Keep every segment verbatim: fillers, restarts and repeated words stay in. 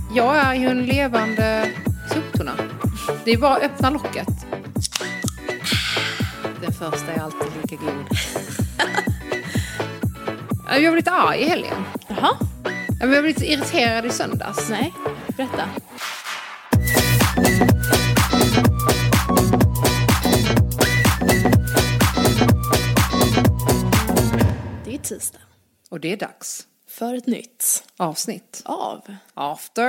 Jag är ju en levande soptunna. Det är bara att öppna locket. Den första är alltid lika god. Jag blev lite arg i helgen. Jaha. Jag blev lite irriterad i söndags. Nej, berätta. Det är tisdag. Och det är dags. För ett nytt avsnitt. Av After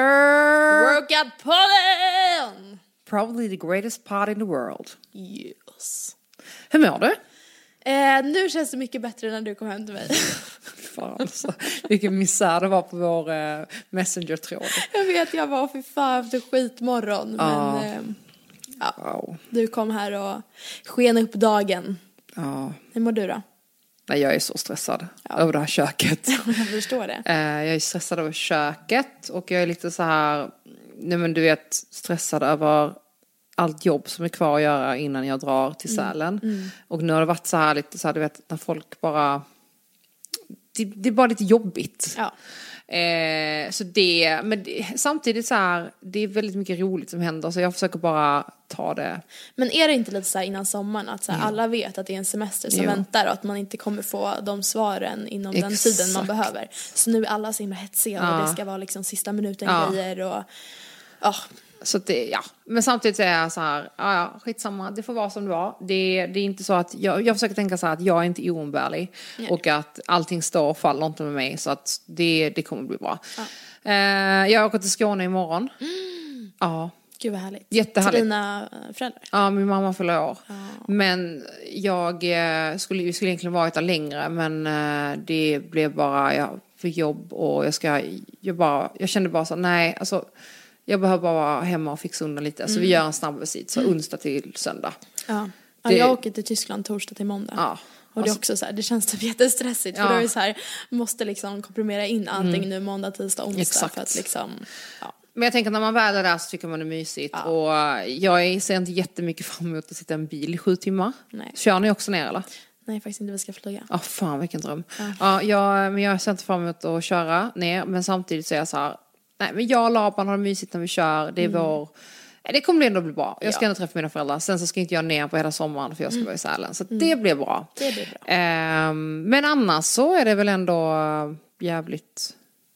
Workout-podden! Probably the greatest part in the world. Yes. Hur mår du? Eh, nu känns det mycket bättre när du kom hem till mig. Fan alltså. Vilken misär det var på vår eh, messenger-tråd. Jag vet, jag var för fan efter skitmorgon. Ja. Men eh, ja, Wow. du kom här och sken upp dagen. Ja. Hur mår du då? Nej, jag är så stressad Ja. över det här köket. Jag förstår det. Eh, jag är stressad över köket. Och jag är lite så här, nej men du vet, stressad över allt jobb som är kvar att göra innan jag drar till Sälen. Mm. Mm. Och nu har det varit så här lite så här, du vet, när folk bara, det, det är bara lite jobbigt. Ja. Eh, så det, men det, samtidigt så här, det är väldigt mycket roligt som händer. Så jag försöker bara ta det. Men är det inte lite så här innan sommaren att så här, Jo. alla vet att det är en semester som Jo. väntar och att man inte kommer få de svaren inom den Exakt. tiden man behöver. Så nu är alla så himla hetsiga Ja. och det ska vara liksom sista minuten Ja. grejer och ja. Så att det, ja. Men samtidigt så är jag så här, ja, ja, skitsamma, det får vara som det var. Det, det är inte så att, jag, jag försöker tänka så här att jag är inte oumbärlig. Nej. Och att allting står och faller inte med mig. Så att det, det kommer bli bra. Ja. Eh, jag åker till Skåne imorgon. Mm. Ja. Gud vad härligt. Jättehärligt. Till dina eh, föräldrar. Ja, min mamma fyller år. Ja. Men jag eh, skulle, vi skulle egentligen varit där längre. Men eh, det blev bara ja, för jobb. Och jag ska, jag bara, jag kände bara så, nej, alltså. Jag behöver bara vara hemma och fixa undan lite. Så Mm. vi gör en snabb visit. Så onsdag till söndag. Ja. Ja, Det- jag åker till Tyskland torsdag till måndag. Ja. Och det är Alltså- också så här, det känns typ jättestressigt. För Ja. då är det så här, måste liksom komprimera in allting nu måndag, tisdag, onsdag. Exakt. För att liksom, ja. Men jag tänker att när man väl är där så tycker man det är mysigt. Ja. Och jag ser inte jättemycket fram emot att sitta i en bil i sju timmar. Nej. Kör ni också ner eller? Nej, faktiskt inte, vi ska flyga. Ja, fan vilken dröm. Ja. Ja, jag, men jag ser inte fram emot att köra ner. Men samtidigt så är jag så här, nej men jag och Laban har det mysigt när vi kör. Det är vår... Det kommer ändå bli bra. Jag ska Ja. ändå träffa mina föräldrar. Sen så ska inte jag ner på hela sommaren för jag ska vara i Sälen. Så det blir bra. Det blir bra. Ehm, men annars så är det väl ändå jävligt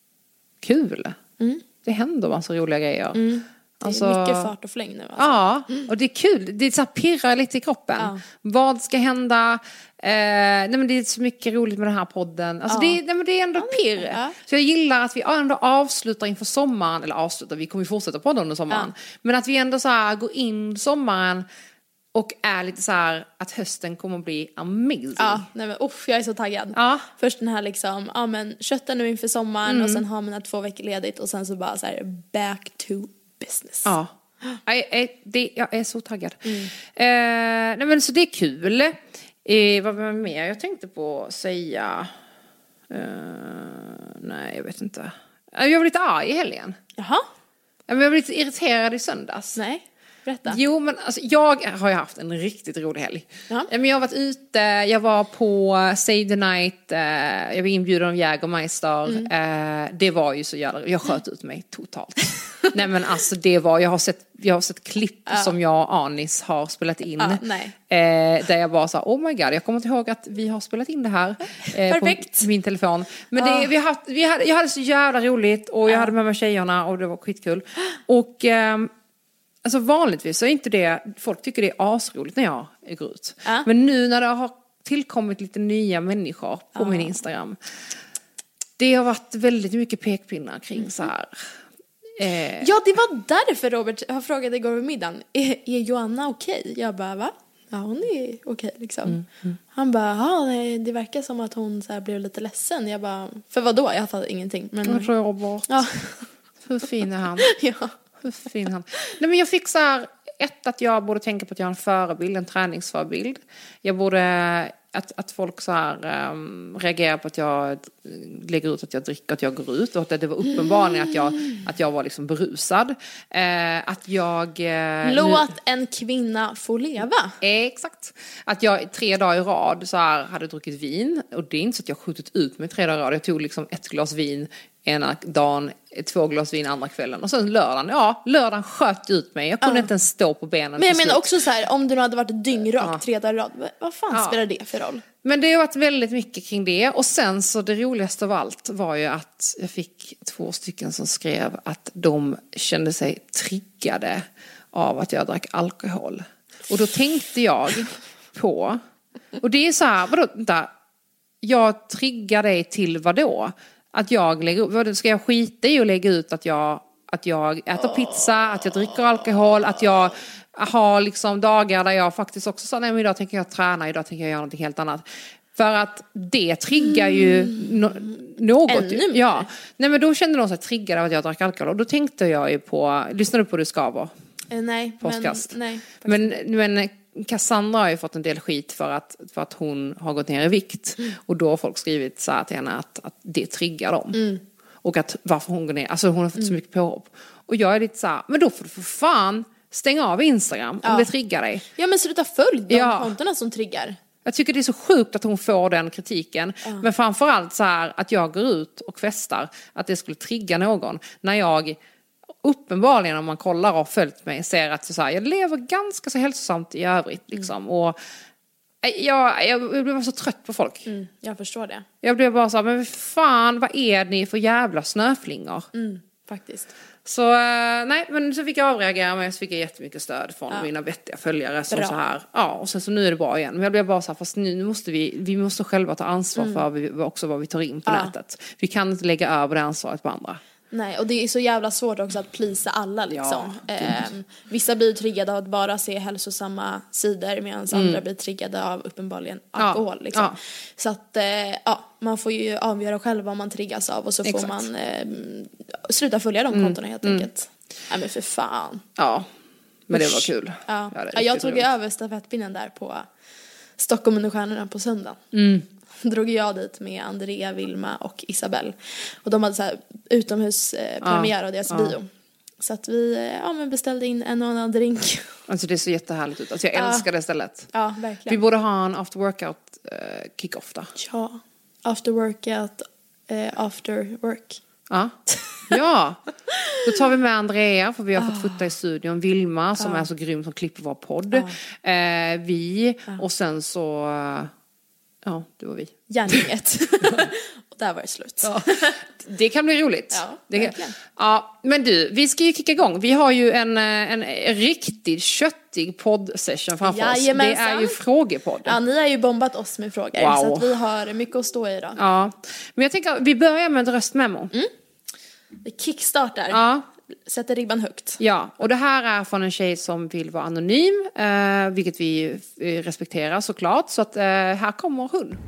kul. Mm. Det händer massa roliga grejer. Mm. Det är Alltså- mycket fart och fläng nu alltså. Ja, och det är kul. Det är så här pirrar lite i kroppen. Ja. Vad ska hända? Eh, nej men det är så mycket roligt med den här podden. Alltså Ja. det, är- nej men det är ändå pirr. Ja. Så jag gillar att vi ändå avslutar inför sommaren. Eller avslutar, vi kommer ju fortsätta podda under sommaren. Ja. Men att vi ändå så här går in sommaren och är lite så här att hösten kommer att bli amazing. Ja, nej men uff, jag är så taggad. Ja. Först den här liksom, ja men kötta nu inför sommaren och sen har man två veckor ledigt och sen så bara så här back to business. Ja. Jag är, det, jag är så taggad. Mm. Eh, nej men så det är kul. Eh, vad var det mer jag tänkte på att säga? Eh, nej, jag vet inte. Jag var lite arg i helgen. Jaha? Jag var lite irriterad i söndags. Nej, berätta. Jo, men alltså, jag har ju haft en riktigt rolig helg. Ja. Men jag har varit ute, jag var på Save the Night, eh, jag var inbjuden av Jägermeister. Mm. Eh, det var ju så jävla, jag sköt ut mig totalt. Nej men alltså det var, jag har sett, jag har sett klipp Ja. som jag och Anis har spelat in. Ja, nej. Eh, där jag bara sa, oh my god, jag kommer inte ihåg att vi har spelat in det här. Eh, Perfekt. På min telefon. Men Ja. det, vi har haft, vi hade, jag hade så jävla roligt och jag Ja. hade med mig tjejerna och det var skitkul. Och ehm, alltså vanligtvis så är inte det, folk tycker det är asroligt när jag går ut. Ja. Men nu när det har tillkommit lite nya människor på Ja. min Instagram. Det har varit väldigt mycket pekpinnar kring så här. Eh, Ja, det var därför Robert har frågat igår vid middagen. Är, är Joanna okej? Jag bara, va? Ja, hon är okej liksom. Mm, Han bara, ja, det, det verkar som att hon så här blev lite ledsen. Jag bara, för vad då? Jag fattade ingenting. Men, Robert. ja. Hur fin är han? ja. Hur fin är han? Nej men jag fick så här, ett att jag borde tänka på att jag har en förebild, en träningsförebild. Jag borde, att, att folk så här um, reagerar på att jag lägger ut att jag dricker, att jag går ut. Och att det var uppenbarligen att jag, att jag var liksom berusad. Eh, att jag... Eh, Låt nu, en kvinna få leva. exakt. Att jag tre dagar i rad så här hade druckit vin. Och det är inte så att jag skjutit ut mig tre dagar i rad. Jag tog liksom ett glas vin ena dagen, två glas vin andra kvällen. Och sen lördagen, ja, lördagen sköt ut mig. Jag kunde ja. inte ens stå på benen. Men jag menar också så här, om du hade varit dyngrak ja. tre dagar i rad, vad fan ja. spelar det för roll? Men det har varit väldigt mycket kring det. Och sen så det roligaste av allt var ju att jag fick två stycken som skrev att de kände sig triggade av att jag drack alkohol. Och då tänkte jag på, och det är så här, vadå, vänta, jag triggar dig till vad då? Att jag lägger, ska jag skita i och lägga ut att jag, att jag äter pizza, att jag dricker alkohol, att jag har liksom dagar där jag faktiskt också sa, nej men idag tänker jag träna, idag tänker jag göra något helt annat. För att det triggar ju no, något. Ännu mer. Ja. Nej men då kände de sig triggade av att jag drack alkohol. Och då tänkte jag ju på, lyssnade du på Det Skaver? Eh, nej, podcast. men, nej. Men, men Cassandra har ju fått en del skit för att, för att hon har gått ner i vikt. Mm. Och då har folk skrivit så här till henne att, att det triggar dem. Mm. Och att varför hon går ner, alltså hon har fått mm. så mycket påhopp. Och jag är lite så här, men då får du för fan stänga av Instagram ja. om det triggar dig. Ja men sluta följ de ja. kontona som triggar. Jag tycker det är så sjukt att hon får den kritiken. Ja. Men framförallt så här att jag går ut och festar, att det skulle trigga någon. När jag uppenbarligen, om man kollar och har följt mig, ser att så här, jag lever ganska så hälsosamt i övrigt. Liksom. Mm. Och jag, jag blev så trött på folk. Mm, jag förstår det. Jag blev bara så här, men fan, vad är ni för jävla snöflingor? Mm, faktiskt. Så nej, men så fick jag avreagera, men så fick jag jättemycket stöd från ja. mina vettiga följare som bra. Så här, ja, och sen så nu är det bra igen. Men jag blev bara så här, fast nu måste vi, vi måste själva ta ansvar mm. för vi, också vad vi tar in på ja. nätet. Vi kan inte lägga över det ansvaret på andra. Nej, och det är så jävla svårt också att plisa alla liksom. Ja, eh, vissa blir triggade av att bara se hälsosamma sidor medan mm. andra blir triggade av uppenbarligen alkohol ja, liksom. Ja. Så att eh, ja, man får ju avgöra själv vad man triggas av och så Exakt. får man eh, sluta följa de mm. kontona helt mm. enkelt. Nej men för fan. Ja, men det var kul. Ja. Ja, ja, jag tog ju över stafettpinnen där på Stockholm under stjärnorna på söndag. Mm. Drog jag dit med Andrea, Vilma och Isabel. Och de hade så här utomhuspremiär ja, av deras ja. bio. Så att vi ja, men beställde in en och annan drink. Alltså det är så jättehärligt ut. Alltså jag ja. älskar det stället. Ja, verkligen. Vi borde ha en after workout uh, kick-off då. Ja, after workout, uh, after work. Ja. Ja, då tar vi med Andrea för vi har fått fota i studion. Vilma som uh. är så grym som klipper vår podd. Uh. Uh, vi uh. och sen så... Uh, ja, det var vi. Gärninget. Och där var det slut. Ja. Det kan bli roligt. Ja, det kan... ja, men du, vi ska ju kicka igång. Vi har ju en, en riktigt köttig poddsession framför Jajamensan. oss. Det är ju frågepodden. Ja, ni har ju bombat oss med frågor. Wow. Så att vi har mycket att stå i idag. Ja, men jag tänker att vi börjar med ett röstmemo. Mm. Vi kickstartar. Ja. Sätter ribban högt. Ja, och det här är från en tjej som vill vara anonym, eh, vilket vi respekterar såklart. Så att eh, här kommer hon. Mm.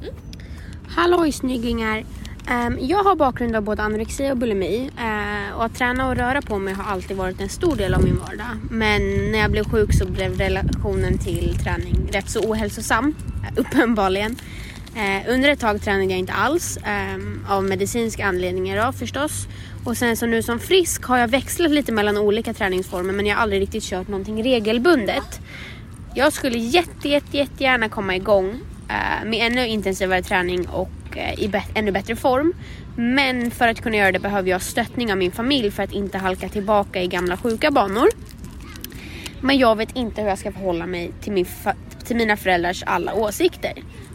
Halloj snygglingar. Um, jag har bakgrund av både anorexia och bulimi. Uh, och att träna och röra på mig har alltid varit en stor del av min vardag. Men när jag blev sjuk så blev relationen till träning rätt så ohälsosam, uppenbarligen. Uh, under ett tag tränade jag inte alls, um, av medicinska anledningar då, förstås. Och sen så nu som frisk har jag växlat lite mellan olika träningsformer, men jag har aldrig riktigt kört någonting regelbundet. Jag skulle jätte, jätte, jättegärna komma igång uh, med ännu intensivare träning och uh, i bet- ännu bättre form. Men för att kunna göra det behöver jag stöttning av min familj för att inte halka tillbaka i gamla sjuka banor. Men jag vet inte hur jag ska förhålla mig till, min fa- till mina föräldrars alla åsikter.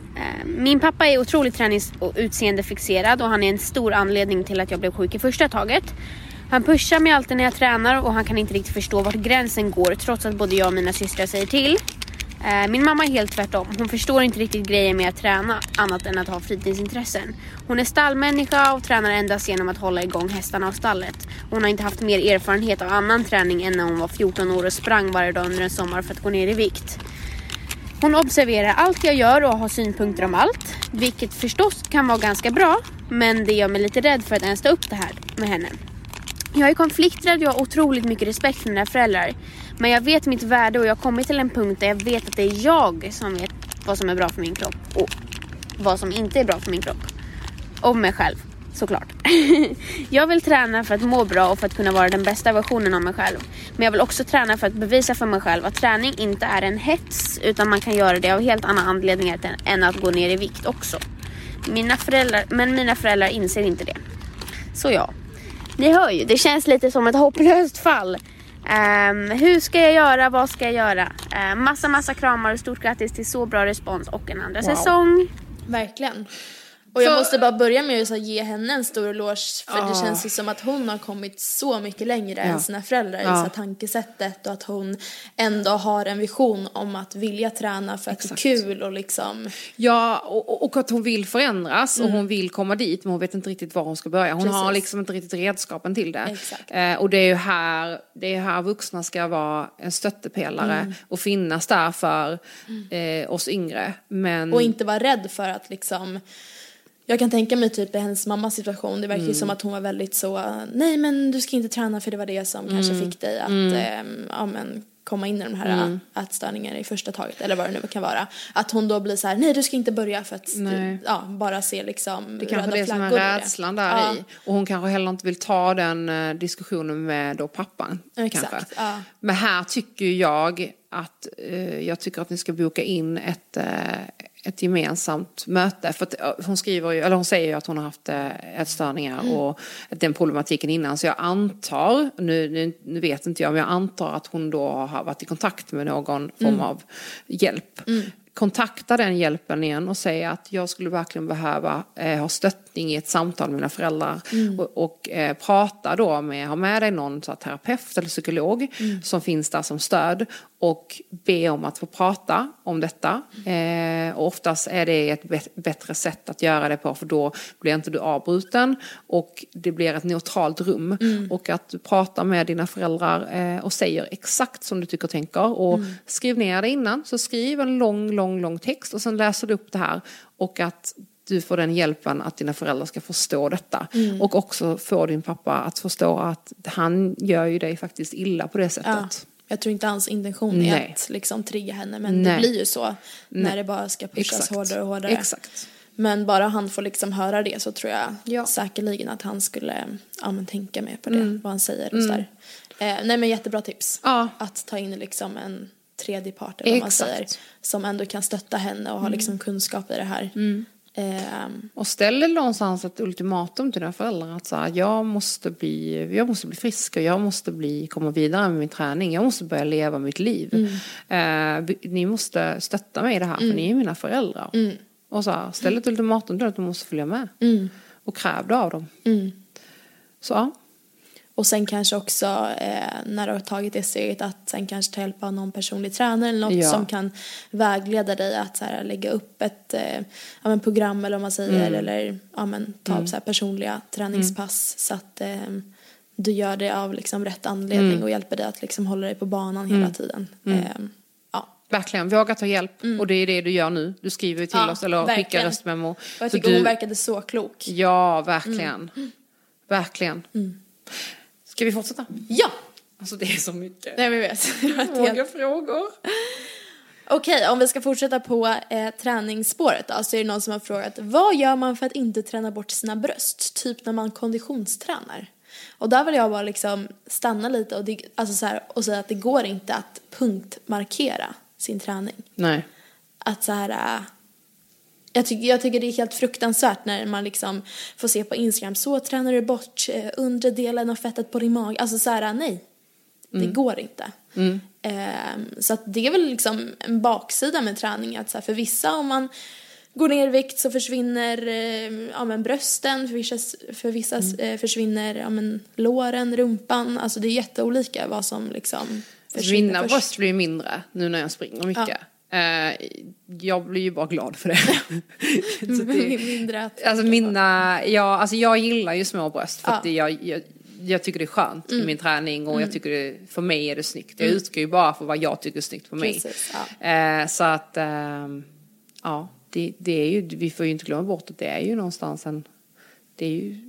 Min pappa är otroligt tränings- och utseendefixerad och han är en stor anledning till att jag blev sjuk i första taget. Han pushar mig alltid när jag tränar och han kan inte riktigt förstå vart gränsen går trots att både jag och mina systrar säger till. Min mamma är helt tvärtom. Hon förstår inte riktigt grejen med att träna annat än att ha fritidsintressen. Hon är stallmänniska och tränar endast genom att hålla igång hästarna av stallet. Hon har inte haft mer erfarenhet av annan träning än när hon var fjorton år och sprang varje dag under en sommar för att gå ner i vikt. Hon observerar allt jag gör och har synpunkter om allt, vilket förstås kan vara ganska bra, men det gör mig lite rädd för att ens ta upp det här med henne. Jag är konflikträdd och jag har otroligt mycket respekt för mina föräldrar, men jag vet mitt värde och jag har kommit till en punkt där jag vet att det är jag som vet vad som är bra för min kropp och vad som inte är bra för min kropp. Och mig själv, såklart. Jag vill träna för att må bra och för att kunna vara den bästa versionen av mig själv. Men jag vill också träna för att bevisa för mig själv att träning inte är en hets, utan man kan göra det av helt andra anledningar än att gå ner i vikt också. Mina föräldrar, men mina föräldrar inser inte det. Så ja, ni hör ju, det känns lite som ett hopplöst fall. Um, hur ska jag göra, vad ska jag göra? Uh, massa massa kramar och stort grattis till så bra respons och en andra wow. säsong. Verkligen. Och jag så, måste bara börja med att så, ge henne en stor eloge. För oh. det känns ju som att hon har kommit så mycket längre ja. än sina föräldrar ja. i så tankesättet. Och att hon ändå har en vision om att vilja träna för att Exakt. det är kul. Och liksom... Ja, och, och att hon vill förändras. Mm. Och hon vill komma dit. Men hon vet inte riktigt var hon ska börja. Hon Precis. har liksom inte riktigt redskapen till det. Eh, och det är ju här, det är här vuxna ska vara en stöttepelare. Mm. Och finnas där för mm. eh, oss yngre. Men... Och inte vara rädd för att liksom... Jag kan tänka mig typ i hennes mammas situation. Det verkar ju mm. som att hon var väldigt så, nej men du ska inte träna för det var det som mm. kanske fick dig att mm. eh, ja, men, komma in i de här mm. ätstörningarna i första taget. Eller vad det nu kan vara. Att hon då blir så här, nej du ska inte börja för att du, ja, bara se liksom det kanske röda flaggor. Det är som en rädslan där ja. i. Och hon kanske heller inte vill ta den uh, diskussionen med då pappan. Exakt, ja. Men här tycker jag att uh, jag tycker att ni ska boka in ett... Uh, ett gemensamt möte för att hon skriver ju, eller hon säger ju att hon har haft ätstörningar mm. och den problematiken innan, så jag antar nu, nu, nu vet inte jag men jag antar att hon då har varit i kontakt med någon form mm. av hjälp. Mm. Kontakta den hjälpen igen och säga att jag skulle verkligen behöva eh, ha stöttning i ett samtal med mina föräldrar mm. och, och eh, prata då med, ha med dig någon så här, terapeut eller psykolog mm. som finns där som stöd och be om att få prata om detta. Eh, och oftast är det ett bet- bättre sätt att göra det på, för då blir inte du avbruten och det blir ett neutralt rum mm. och att du pratar med dina föräldrar eh, och säger exakt som du tycker och tänker och mm. skriv ner det innan, så skriv en lång, lång, lång text och sen läser du upp det här och att du får den hjälpen att dina föräldrar ska förstå detta. Mm. Och också få din pappa att förstå att han gör ju dig faktiskt illa på det sättet. Ja. Jag tror inte hans intention är Nej. att liksom trigga henne. Men Nej. det blir ju så när Nej. det bara ska pushas Exakt. hårdare och hårdare. Exakt. Men bara han får liksom höra det, så tror jag ja. säkerligen att han skulle ja, men tänka mer på det. Mm. Vad han säger och mm. sådär. Eh, nej men jättebra tips. Ja. Att ta in liksom en tredje part eller vad man säger. Som ändå kan stötta henne och mm. ha liksom kunskap i det här. Mm. Um, och ställer någonstans ett ultimatum till dina föräldrar att så här, jag måste bli jag måste bli frisk och jag måste bli komma vidare med min träning, jag måste börja leva mitt liv. Mm. Uh, ni måste stötta mig i det här mm. för ni är mina föräldrar. Mm. Och så här, ställ ett ultimatum till att de måste följa med. Mm. Och kräv det av dem. Mm. Så ja. Och sen kanske också eh, när du har tagit det steget att sen kanske ta hjälp av någon personlig tränare eller något ja. som kan vägleda dig att så här, lägga upp ett eh, ja, men program eller vad man säger mm. eller ja, men, ta mm. upp så här, personliga träningspass mm. så att eh, du gör det av liksom, rätt anledning mm. och hjälper dig att liksom, hålla dig på banan mm. hela tiden. Mm. Eh, ja. Verkligen, våga ta hjälp mm. och det är det du gör nu. Du skriver till ja, oss eller verkligen. skickar röstmemo. Och jag tycker du... hon verkade så klok. Ja, verkligen. Mm. Verkligen. Mm. Ska vi fortsätta? Ja. Alltså det är så mycket. Nej, vi vet. Många frågor. Okej, okay, om vi ska fortsätta på eh, träningsspåret då, så är det någon som har frågat, vad gör man för att inte träna bort sina bröst? Typ när man konditionstränar. Och där vill jag bara liksom stanna lite och, det, alltså så här, och säga att det går inte att punktmarkera sin träning. Nej. Att så här... Äh, Jag tycker, jag tycker det är helt fruktansvärt när man liksom får se på Instagram, så tränar du bort eh, undre delen av fettet på din mag. Alltså så här, nej, mm. det går inte. Mm. Eh, så att det är väl liksom en baksida med träning. Att så här, för vissa, om man går ner i vikt så försvinner eh, ja, men brösten. För vissa, för vissa mm. eh, försvinner ja, men låren, rumpan. Alltså det är jätteolika vad som liksom försvinner. Mina bröst blir mindre nu när jag springer mycket. Ja. Uh, jag blir ju bara glad för det. Så det mindre att alltså mina, ja, alltså jag gillar ju små bröst för ja. att det, jag, jag, jag tycker det är skönt mm. i min träning och mm. jag tycker det, för mig är det snyggt. Jag mm. utgår ju bara för vad jag tycker är snyggt på mig. Precis, ja. uh, så att uh, ja, det, det är ju, vi får ju inte glömma bort att det är ju någonstans en, det är ju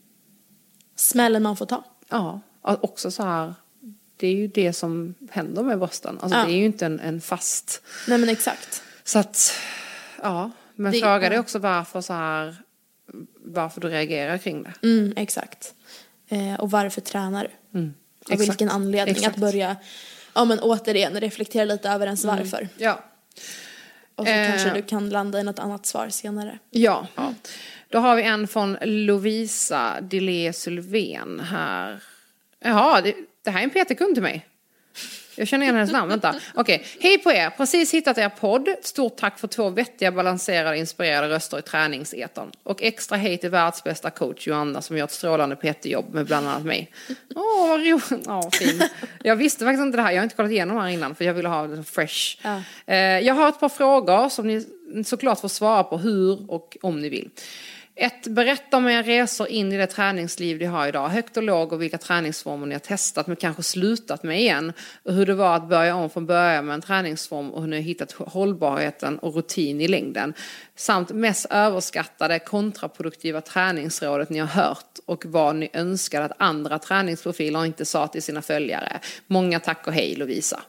smällen man får ta. Ja, också så här. Det är ju det som händer med brösten. Alltså ja. det är ju inte en, en fast... Nej men exakt. Så att, ja. Men det, fråga dig också varför så här... Varför du reagerar kring det. Mm, exakt. Eh, och varför tränar du? Mm, och vilken anledning exakt. att börja... Ja men återigen, reflektera lite över ens varför. Mm, ja. Och så eh, kanske du kan landa i något annat svar senare. Ja. ja. Då har vi en från Lovisa Dilé Sylvén här. Jaha, det, det här är en P T-kund till mig. Jag känner igen hennes namn, vänta. Okej, okay. Hej på er, precis hittat er podd. Stort tack för två vettiga, balanserade, inspirerade röster i träningseton. Och extra hej till världsbästa coach Joanna som gör ett strålande P T-jobb med bland annat mig. Åh, oh, vad roligt. Oh, fin. Jag visste faktiskt inte det här, jag har inte kollat igenom här innan för jag ville ha det fresh. Ja. Eh, jag har ett par frågor som ni såklart får svara på hur och om ni vill. Ett, berätta om era resor in i det träningsliv ni har idag. Högt och låg och vilka träningsformer ni har testat men kanske slutat med igen. Och hur det var att börja om från början med en träningsform och hur ni har hittat hållbarheten och rutin i längden. Samt mest överskattade kontraproduktiva träningsrådet ni har hört och vad ni önskar att andra träningsprofiler inte sa till sina följare. Många tack och hej Lovisa.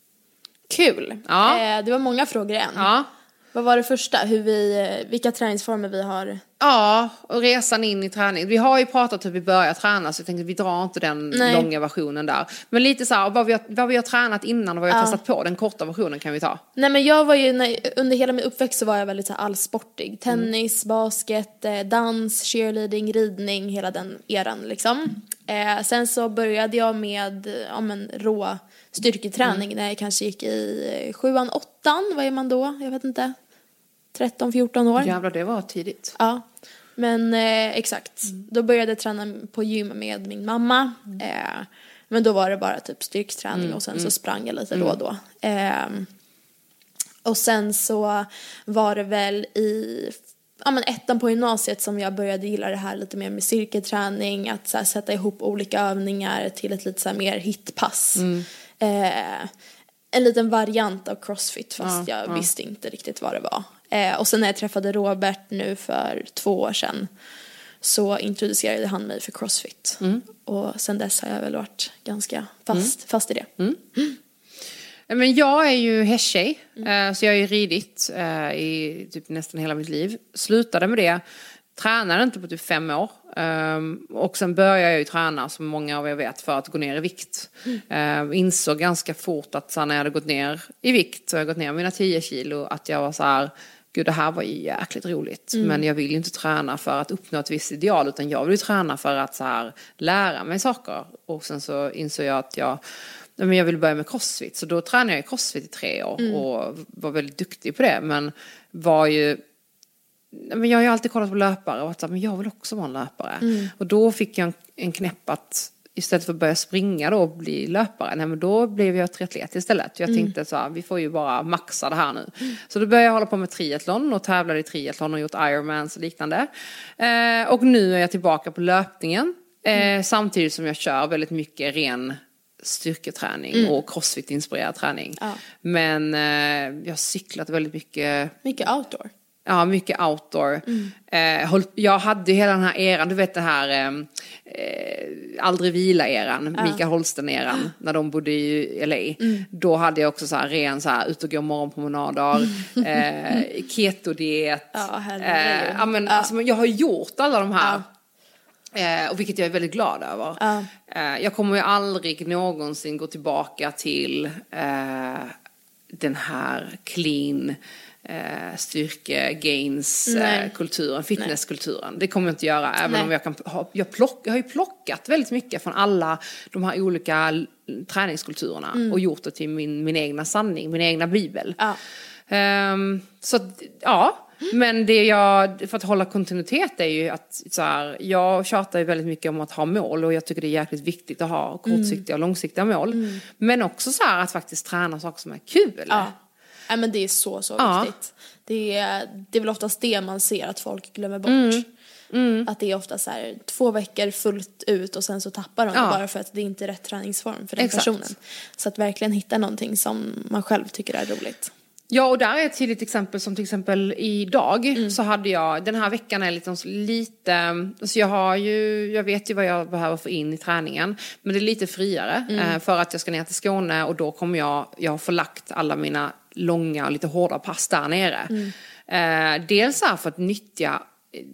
Kul. Ja. Eh, det var många frågor än. Ja. Vad var det första? Hur vi, vilka träningsformer vi har? Ja, och resan in i träning. Vi har ju pratat hur vi börjar träna så jag tänkte att vi drar inte den Nej. långa versionen där. Men lite så här, vad vi har, vad vi har tränat innan och vad vi har ja. testat på. Den korta versionen kan vi ta. Nej men jag var ju, när, under hela min uppväxt så var jag väldigt så här allsportig. Tennis, mm. basket, dans, cheerleading, ridning, hela den eran liksom. Mm. Eh, sen så började jag med ja, men, rå styrketräning mm. när jag kanske gick i sjuan, åttan. Vad är man då? Jag vet inte. tretton, fjorton år. Jävlar, det var tidigt. Ja, men eh, exakt. Mm. Då började jag träna på gym med min mamma. Mm. Eh, men då var det bara typ styrketräning mm. och sen mm. så sprang jag lite mm. då och då. Eh, och sen så var det väl i ja, men ettan på gymnasiet som jag började gilla det här lite mer med cirkelträning. Att så här, sätta ihop olika övningar till ett lite så här, mer hitpass. Mm. Eh, en liten variant av CrossFit fast ja, jag ja. visste inte riktigt vad det var. Eh, och sen när jag träffade Robert nu för två år sedan så introducerade han mig för CrossFit. Mm. Och sen dess har jag väl varit ganska fast, mm. fast i det. Mm. Mm. Men jag är ju hästtjej, mm. så jag har ju ridit i typ nästan hela mitt liv. Slutade med det. Tränade inte på typ fem år. Um, och sen började jag ju träna som många av er vet för att gå ner i vikt. Mm. Um, insåg ganska fort att så när jag hade gått ner i vikt så jag gått ner mina tio kilo att jag var så här, gud det här var ju jäkligt roligt. Mm. Men jag vill ju inte träna för att uppnå ett visst ideal utan jag vill ju träna för att så här lära mig saker. Och sen så insåg jag att jag men jag ville börja med CrossFit. Så då tränade jag i CrossFit i tre år mm. och var väldigt duktig på det. Men var ju men jag har ju alltid kollat på löpare och varit så här, men jag vill också vara en löpare. Mm. Och då fick jag en, en knäpp att istället för att börja springa då och bli löpare, nej men då blev jag triatlet istället. Jag mm. tänkte så här, vi får ju bara maxa det här nu. Mm. Så då började jag hålla på med triathlon och tävlade i triathlon och gjort Ironmans och liknande. Eh, och nu är jag tillbaka på löpningen. Eh, mm. Samtidigt som jag kör väldigt mycket ren styrketräning mm. och crossfit-inspirerad träning. Ja. Men eh, jag har cyklat väldigt mycket. Mycket outdoor. Ja, mycket outdoor. Mm. Eh, jag hade hela den här eran, du vet det här eh, aldrig vila-eran, ja. Mikael Holsten-eran, ja. När de bodde i L A. Mm. Då hade jag också så här ren så här, ut och gå morgonpromenader, eh, keto-diet. Ja, eh, ja, men, ja. Alltså, jag har gjort alla de här. Ja. Eh, och vilket jag är väldigt glad över. Ja. Eh, jag kommer ju aldrig någonsin gå tillbaka till eh, den här clean Eh, styrke, gains, eh, kulturen, fitnesskulturen. Det kommer jag inte göra, även Nej. om jag kan ha, jag, plock, jag har ju plockat väldigt mycket från alla de här olika träningskulturerna mm. och gjort det till min, min egna sanning, min egna bibel. Ja. Um, så ja, mm. men det jag, för att hålla kontinuitet är ju att så här, jag tjatar ju väldigt mycket om att ha mål och jag tycker det är jäkligt viktigt att ha kortsiktiga mm. och långsiktiga mål. Mm. Men också så här att faktiskt träna saker som är kul. Ja. Nej, men det är så, så ja. viktigt. Det är, det är väl oftast det man ser att folk glömmer bort. Mm. Mm. Att det är ofta så här två veckor fullt ut och sen så tappar de ja. bara för att det inte är rätt träningsform för den Exakt. personen. Så att verkligen hitta någonting som man själv tycker är roligt. Ja, och där är ett tydligt exempel som till exempel idag mm. så hade jag, den här veckan är liksom lite, så jag har ju, jag vet ju vad jag behöver få in i träningen, men det är lite friare mm. eh, för att jag ska ner till Skåne och då kommer jag, jag har förlagt alla mina långa och lite hårda pass där nere. Mm. Eh, dels här för att nyttja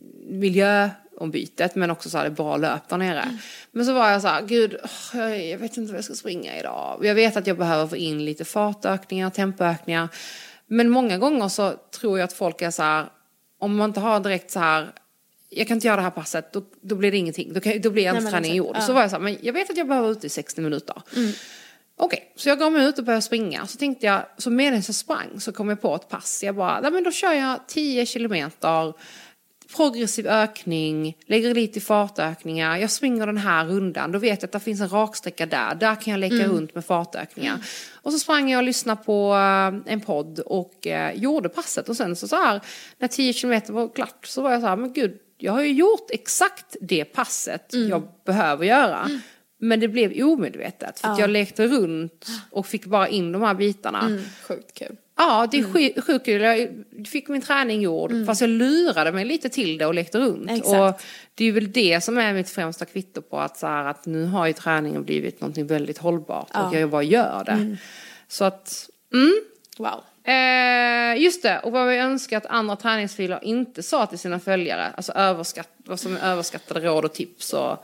miljöombytet men också så här det bra löp där nere. Mm. Men så var jag så här, gud, jag vet inte vad jag ska springa idag. Jag vet att jag behöver få in lite fartökningar, tempoökningar. Men många gånger så tror jag att folk är så här, om man inte har direkt så här jag kan inte göra det här passet, då, då blir det ingenting. Då, kan, då blir jag inte träningen gjord. Ja. Så var jag så här, men jag vet att jag behöver ut i sextio minuter. Mm. Okej, okay, så jag gav mig ut och började springa. Så tänkte jag, så medan jag sprang så kom jag på ett pass. Jag bara, nej men då kör jag tio kilometer, progressiv ökning, lägger lite i fartökningar. Jag springer den här rundan, då vet jag att det finns en raksträcka där. Där kan jag leka mm. runt med fartökningar. Mm. Och så sprang jag och lyssnade på en podd och eh, gjorde passet. Och sen så, så här, när tio kilometer var klart så var jag så här, men gud, jag har ju gjort exakt det passet mm. jag behöver göra. Mm. Men det blev omedvetet. För ja. att jag lekte runt och fick bara in de här bitarna. Mm. Sjukt kul. Ja, det är mm. sjukt kul. Jag fick min träning gjord. Mm. Fast jag lurade mig lite till det och lekte runt. Exakt. Och det är väl det som är mitt främsta kvitto på att, så här, att nu har ju träningen blivit något väldigt hållbart. Ja. Och jag bara gör det. Mm. Så att, mm. Wow. Eh, just det, och vad vi önskar att andra träningsfiler inte sa till sina följare. Alltså överskatt, vad som är överskattade råd och tips och...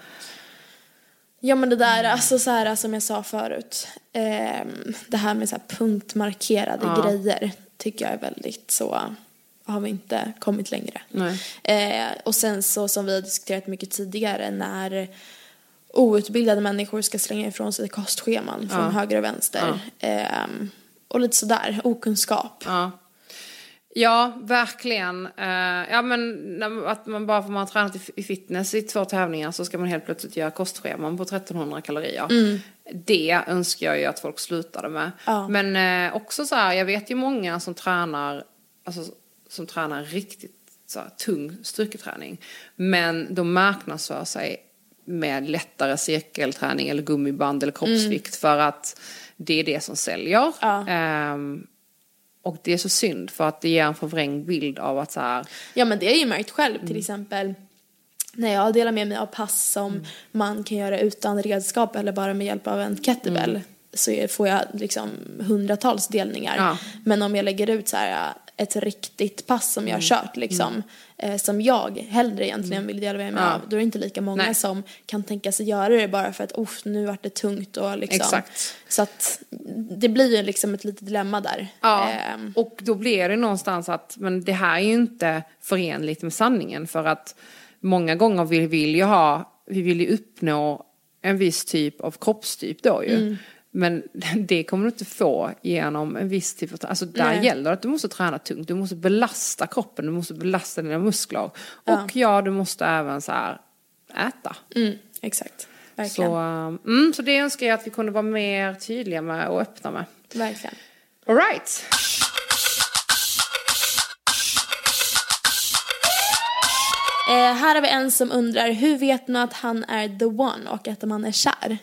Ja, men det där, alltså så här som jag sa förut, eh, det här med så här punktmarkerade ja. grejer tycker jag är väldigt så, har vi inte kommit längre. Nej. Eh, och sen så som vi har diskuterat mycket tidigare, när outbildade människor ska slänga ifrån sig kostscheman från ja. höger och vänster. Ja. Eh, och lite sådär, okunskap. Ja. Ja, verkligen. Uh, ja, men att man bara för man har tränat i fitness i två tävlingar så ska man helt plötsligt göra kostscheman på trettonhundra kalorier. Mm. Det önskar jag ju att folk slutade med. Ja. Men uh, också så här, jag vet ju många som tränar, alltså, som tränar riktigt så här, tung styrketräning. Men de marknadsför sig med lättare cirkelträning eller gummiband eller kroppsvikt mm. för att det är det som säljer. Ja. Um, Och det är så synd för att det ger en förvrängd bild av att så här... Ja, men det har jag ju märkt själv till mm. exempel när jag delar med mig av pass som mm. man kan göra utan redskap eller bara med hjälp av en kettlebell mm. så får jag liksom hundratals delningar. Ja. Men om jag lägger ut så här ett riktigt pass som jag har kört liksom mm. eh, som jag hellre egentligen mm. vill dela med mig ja. av, då är det inte lika många Nej. som kan tänka sig göra det bara för att oh, nu vart det tungt och liksom. Exakt. Så att det blir ju liksom ett litet dilemma där. Ja. Eh. Och då blir det någonstans att men det här är ju inte förenligt med sanningen, för att många gånger vill vi ju ha vi vill ju uppnå en viss typ av kroppstyp då ju. Mm. Men det kommer du inte få genom en viss typ av... Alltså där Nej. gäller att du måste träna tungt. Du måste belasta kroppen. Du måste belasta dina muskler. Ja. Och ja, du måste även så här äta. Mm, exakt. Verkligen. Så, mm, så det önskar jag att vi kunde vara mer tydliga med och öppna med. Verkligen. All right. Eh, här har vi en som undrar, hur vet man att han är the one och att man är kär?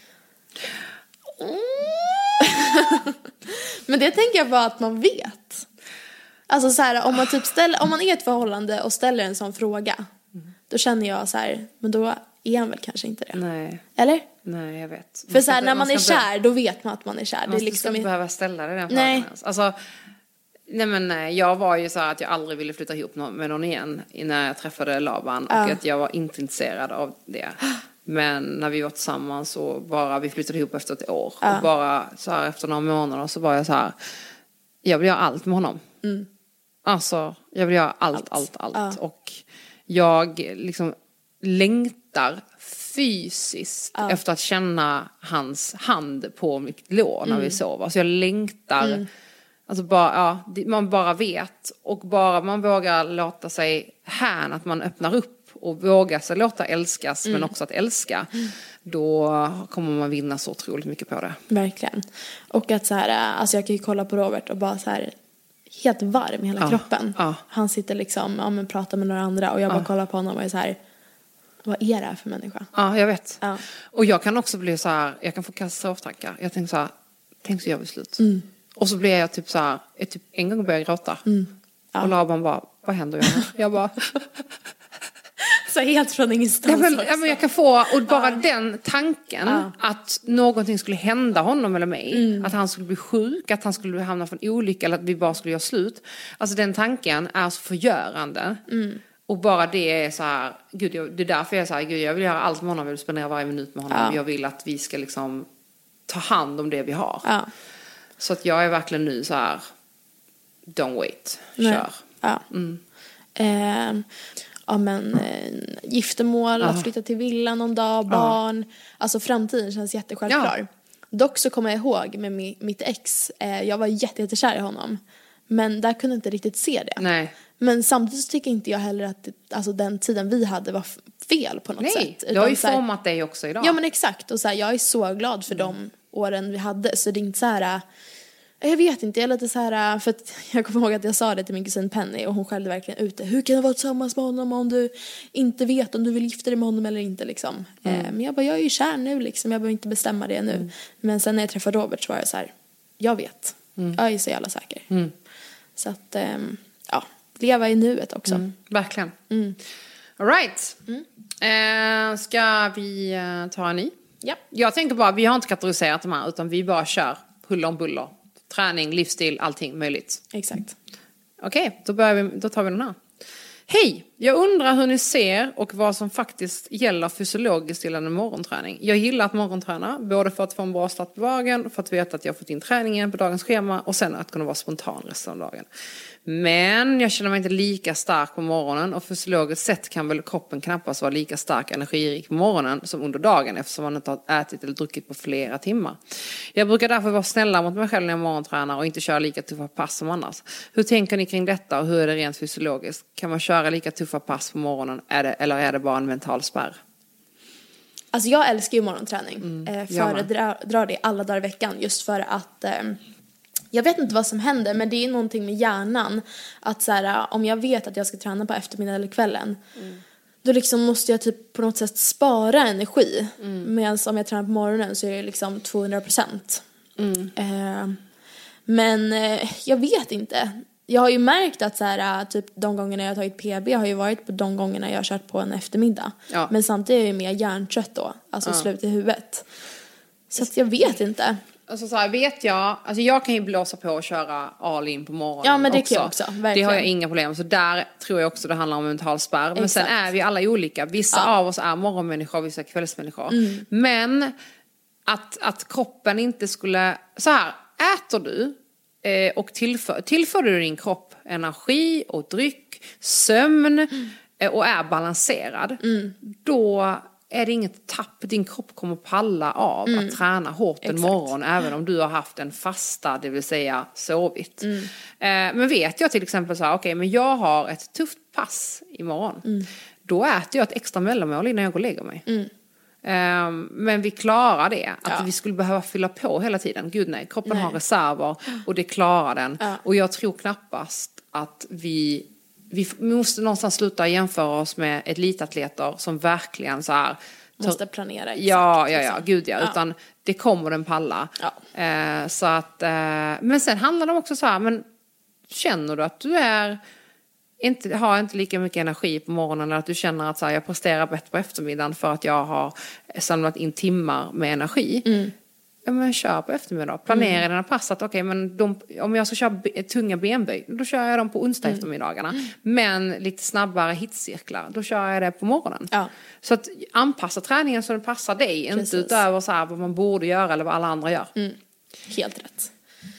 Men det tänker jag bara att man vet. Alltså så här, om man typ ställer, om man är i ett förhållande och ställer en sån fråga, mm. då känner jag så här, men då är han väl kanske inte det. Nej. Eller? Nej, jag vet. För så här, när man, man är kär, då vet man att man är kär. Man det är liksom inte behöva ställa det den frågan. Nej. Alltså, nej men nej, jag var ju så här att jag aldrig ville flytta ihop med någon igen när jag träffade Laban. Ja. Och att jag var inte intresserad av det. Men när vi var tillsammans så bara, vi flyttade ihop efter ett år. Ja. Och bara så här efter några månader så var jag så här, jag vill göra allt med honom. Mm. Alltså, jag vill göra allt, allt, allt. allt. Ja. Och jag liksom längtar fysiskt ja. efter att känna hans hand på mitt lår när mm. vi sover. Så jag längtar, mm. alltså bara, ja, man bara vet. Och bara man vågar låta sig här, att man öppnar upp och våga sig låta älskas mm. men också att älska, mm. då kommer man vinna så otroligt mycket på det. Verkligen. Och att så här, alltså jag kan ju kolla på Robert och bara så här helt varm i hela ja. kroppen. Ja. Han sitter liksom, ja men pratar med några andra och jag bara ja. kollar på honom och är så här, vad är det här för människa? Ja, jag vet. Ja. Och jag kan också bli så här, jag kan få katastroftankar. Jag tänker så här, tänk så gör vi slut. Mm. Och så blir jag typ så här, jag typ en gång börjar jag gråta. Mm. Ja. Och Laban bara, vad händer jag? Jag bara så helt från ingenstans. Ja, men, ja, men jag kan få, och bara ja. den tanken ja. att någonting skulle hända honom eller mig, mm. att han skulle bli sjuk, att han skulle hamna för en olycka eller att vi bara skulle göra slut. Alltså den tanken är så förgörande. Mm. Och bara det är så här, gud, jag, det är därför jag är så här, gud, jag vill göra allt med honom, jag vill spendera varje minut med honom. Ja. Jag vill att vi ska liksom ta hand om det vi har. Ja. Så att jag är verkligen nu så här, don't wait, kör. Ja. Mm. Eh, ja, men, eh, giftermål, Aha. att flytta till villan någon dag, barn. Ja. Alltså framtiden känns jättesjälvklar. Ja. Dock så kommer jag ihåg med mi, mitt ex, eh, jag var jätte, jättekär i honom. Men där kunde jag inte riktigt se det. Nej. Men samtidigt så tycker inte jag heller att det, alltså den tiden vi hade var fel på något Nej, sätt. Nej, du har ju format dig också idag. Ja men exakt, och så här, jag är så glad för mm. de åren vi hade. Så det är inte så här, jag vet inte, jag är lite så här, för att jag kommer ihåg att jag sa det till min kusin Penny och hon skällde verkligen ute. Hur kan du vara tillsammans med honom om du inte vet om du vill gifta dig med honom eller inte liksom. Mm. Eh, men jag bara, jag är ju kär nu liksom, jag behöver inte bestämma det nu. Mm. Men sen när jag träffade Robert så var jag så här, jag vet. Mm. Jag är så jävla säker. Mm. Så att, ähm, ja, leva i nuet också. Mm. Verkligen. Mm. All right. Mm. Eh, ska vi uh, ta en ny? Ja. Jag tänker bara, vi har inte kategoriserat de här utan vi bara kör huller om buller. Träning, livsstil, allting möjligt. Exakt. Okej, okay, då, börjar vi, då tar vi den här. Hej, jag undrar hur ni ser och vad som faktiskt gäller fysiologiskt gällande morgonträning. Jag gillar att morgonträna, både för att få en bra start på dagen, för att veta att jag har fått in träningen på dagens schema och sen att kunna vara spontan resten av dagen. Men jag känner mig inte lika stark på morgonen och fysiologiskt sett kan väl kroppen knappast vara lika stark energirik på morgonen som under dagen eftersom man inte har ätit eller druckit på flera timmar. Jag brukar därför vara snälla mot mig själv när jag morgontränar och inte köra lika tuffa pass som annars. Hur tänker ni kring detta och hur är det rent fysiologiskt? Kan man köra lika tuffa pass på morgonen är det, eller är det bara en mental spärr? Alltså jag älskar ju morgonträning. Mm, eh, föredrar det alla dagar i veckan just för att... Eh, Jag vet inte vad som händer, men det är någonting med hjärnan. Att så här, om jag vet att jag ska träna på eftermiddagen eller kvällen. Mm. Då liksom måste jag typ på något sätt spara energi. Mm. Medan om jag tränar på morgonen så är det liksom tvåhundra procent. Mm. Eh, men eh, jag vet inte. Jag har ju märkt att så här, typ de gångerna jag har tagit P B har ju varit på de gångerna jag har kört på en eftermiddag. Ja. Men samtidigt är jag ju mer hjärntrött då. Alltså ja. slut i huvudet. Så att jag vet inte. Alltså så här, vet jag, alltså jag kan ju blåsa på och köra all in på morgonen. Ja, men det också. kan jag också, verkligen. Det har jag inga problem. Så där tror jag också det handlar om mental spärr. Men Exakt. Sen är vi alla olika. Vissa ja. av oss är morgonmänniskor, vissa är kvällsmänniskor. Mm. Men att, att kroppen inte skulle, så här, äter du eh, och tillför, tillför du din kropp energi och dryck, sömn mm. eh, och är balanserad. Mm. Då är det inget tapp. Din kropp kommer palla av mm. att träna hårt en Exakt. morgon även om du har haft en fasta, det vill säga sovit. Mm. Eh, men vet jag till exempel så här, okej, okay, men jag har ett tufft pass imorgon. Mm. Då äter jag ett extra mellanmål innan jag går och lägger mig. Mm. Eh, men vi klarar det. Att ja. vi skulle behöva fylla på hela tiden. Gud nej, kroppen nej. har reserver och det klarar den. Ja. Och jag tror knappast att vi... Vi måste någonstans sluta jämföra oss med elitatleter som verkligen så här... Måste planera exakt. Ja, ja, ja, gud ja. ja. Utan det kommer den palla. Ja. Eh, så att... Eh, men sen handlar det också så här, men känner du att du är... Inte, har inte lika mycket energi på morgonen eller att du känner att så här, jag presterar bättre på eftermiddagen för att jag har samlat in timmar med energi. Mm. Ja, men kör på eftermiddag. Planera mm. dina pass. Att, okay, men de, om jag ska köra b- tunga benböj, då kör jag dem på onsdag mm. eftermiddagarna. Mm. Men lite snabbare hitcirklar, då kör jag det på morgonen. Ja. Så att anpassa träningen så den passar dig. Precis. Inte utöver så här, vad man borde göra eller vad alla andra gör. Mm. Helt rätt.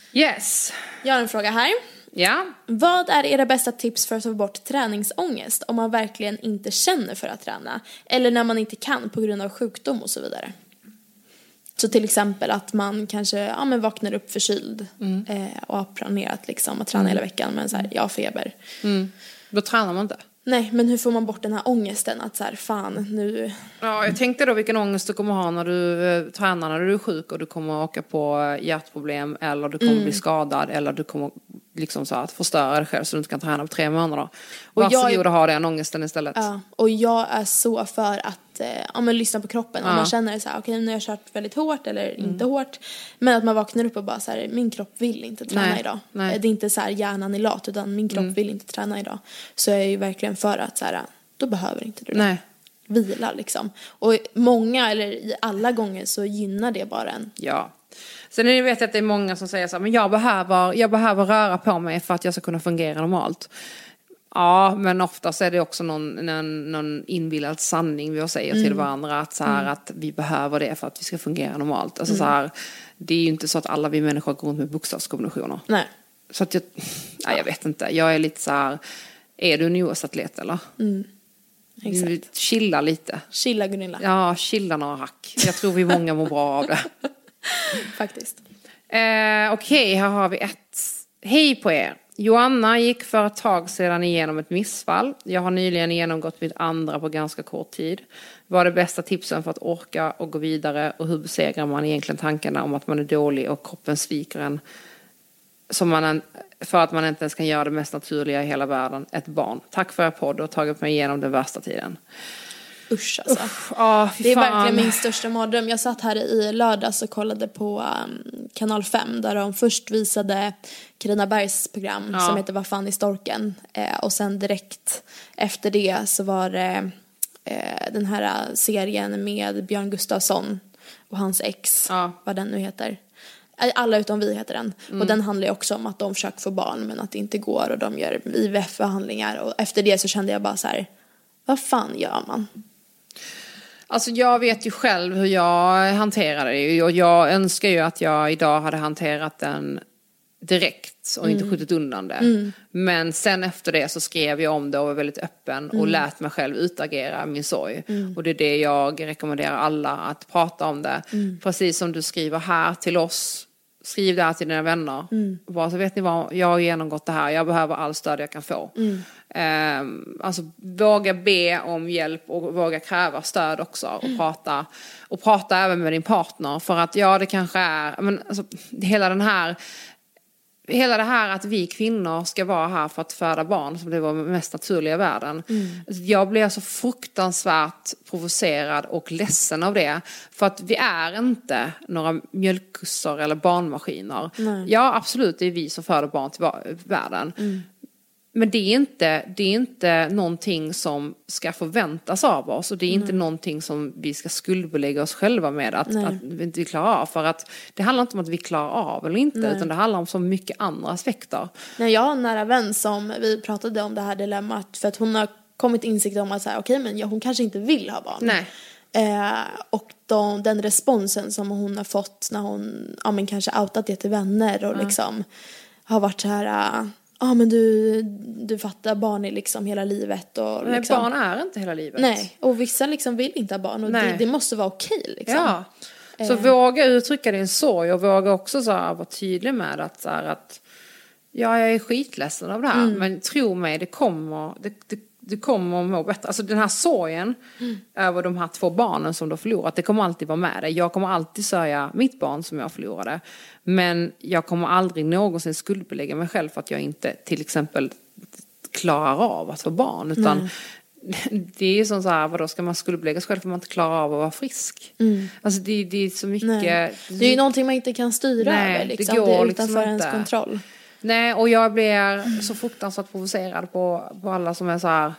Yes. Jag har en fråga här. Ja. Vad är era bästa tips för att ta bort träningsångest om man verkligen inte känner för att träna? Eller när man inte kan på grund av sjukdom och så vidare? Så till exempel att man kanske ja, men vaknar upp förkyld mm. eh, och har planerat liksom, att träna mm. hela veckan. Men så här, jag har feber. Mm. Då tränar man inte. Nej, men hur får man bort den här ångesten? Att så här, fan, nu... Ja, jag tänkte då vilken ångest du kommer ha när du eh, tränar när du är sjuk och du kommer åka på hjärtproblem eller du kommer mm. bli skadad eller du kommer liksom så att förstöra dig själv så du inte kan träna på tre månader. Och varsågod att ha den ångesten istället. Ja, och jag är så för att eh, ja, men lyssna på kroppen. Ja. Om man känner så här, okej, okay, nu har jag kört väldigt hårt eller mm. inte hårt. Men att man vaknar upp och bara så här, min kropp vill inte träna nej, idag. Nej. Det är inte så här hjärnan är lat utan min kropp mm. vill inte träna idag. Så jag är ju verkligen för att så här, då behöver inte du det. Nej. Vila liksom. Och många eller i alla gånger så gynnar det bara en. Ja. Sen är det, vet jag att det är många som säger så här, men jag behöver, jag behöver röra på mig för att jag ska kunna fungera normalt. Ja, men oftast är det också någon, någon, någon inbillad sanning vi säger mm. till varandra att, så här, mm. att vi behöver det för att vi ska fungera normalt. Alltså, mm. så här, det är ju inte så att alla vi människor går runt med bokstavskombinationer. Nej. Så att jag, nej, jag vet inte, jag är lite så här, är du en O S-atlet eller? Mm. Exakt. Chilla lite. Chilla Gunilla. Ja, chilla några hack. Jag tror vi många mår bra av det. Faktiskt. Eh, Okej, okay, här har vi ett. Hej på er. Joanna gick för ett tag sedan igenom ett missfall. Jag har nyligen genomgått mitt andra på ganska kort tid. Vad är det bästa tipsen för att orka och gå vidare? Och hur besegrar man egentligen tankarna om att man är dålig och kroppen sviker en? Som man, för att man inte ens kan göra det mest naturliga i hela världen, ett barn. Tack för er podd och tagit mig igenom den värsta tiden. Usch alltså. Uff, ah, det är verkligen min största mardröm. Jag satt här i lördags och kollade på um, kanal fem där de först visade Carina Bergs program ja. som heter Vad fan i storken. Eh, och sen direkt efter det så var det eh, den här serien med Björn Gustafsson och hans ex. Ja. Vad den nu heter. Alla utom vi heter den. Mm. Och den handlar ju också om att de försöker få barn men att det inte går och de gör I V F-förhandlingar. Och efter det så kände jag bara så här, vad fan gör man? Alltså jag vet ju själv hur jag hanterade det. Och jag önskar ju att jag idag hade hanterat den direkt och mm. inte skjutit undan det. Mm. Men sen efter det så skrev jag om det och var väldigt öppen och mm. lät mig själv utagera min sorg. Mm. Och det är det jag rekommenderar alla, att prata om det. Mm. Precis som du skriver här till oss. Skriv det här till dina vänner. Mm. Bara så vet ni vad, jag har genomgått det här. Jag behöver all stöd jag kan få. Mm. Um, alltså våga be om hjälp och våga kräva stöd också. Och mm. prata. Och prata även med din partner. För att ja, det kanske är... Men, alltså, hela den här... Hela det här att vi kvinnor ska vara här för att föda barn, som det var mest naturliga i världen. Mm. Jag blev så fruktansvärt provocerad och ledsen av det. För att vi är inte några mjölkkussor eller barnmaskiner. Nej. Ja, absolut, det är vi som föder barn till världen. Mm. Men det är, inte, det är inte någonting som ska förväntas av oss. Och det är inte mm. någonting som vi ska skuldbelägga oss själva med att, att vi inte klarar av. För att det handlar inte om att vi klarar av eller inte. Nej. Utan det handlar om så mycket andra aspekter. Nej, jag har en nära vän som vi pratade om det här dilemmat. För att hon har kommit insikt om att så här, okej, men ja, hon kanske inte vill ha barn. Nej. Eh, och de, den responsen som hon har fått när hon ja, men kanske outat det till vänner. Och mm. liksom har varit så här... Uh, Ja, ah, men du, du fattar, barn är liksom hela livet. Och Nej, liksom, barn är inte hela livet. Nej, och vissa liksom vill inte ha barn. Och det, det måste vara okej liksom. Ja, så eh. våga uttrycka din sorg. Och våga också så här, vara tydlig med att, så här, att ja, jag är skitledsen av det här. Mm. Men tro mig, det kommer, det, det, det kommer att må bättre. Alltså den här sorgen mm. över de här två barnen som du har förlorat, det kommer alltid vara med dig. Jag kommer alltid sörja mitt barn som jag förlorade. Men jag kommer aldrig någonsin skuldbelägga mig själv för att jag inte till exempel klarar av att få barn. Utan mm. det är ju som så här, vadå ska man skuldbelägga sig själv för man inte klarar av att vara frisk? Mm. Alltså det, det är så mycket... Nej. Det är ju någonting man inte kan styra Nej, över. Liksom. Det går det är liksom utanför inte. ens kontroll. Nej, och jag blir så fruktansvärt provocerad på, på alla som är så här...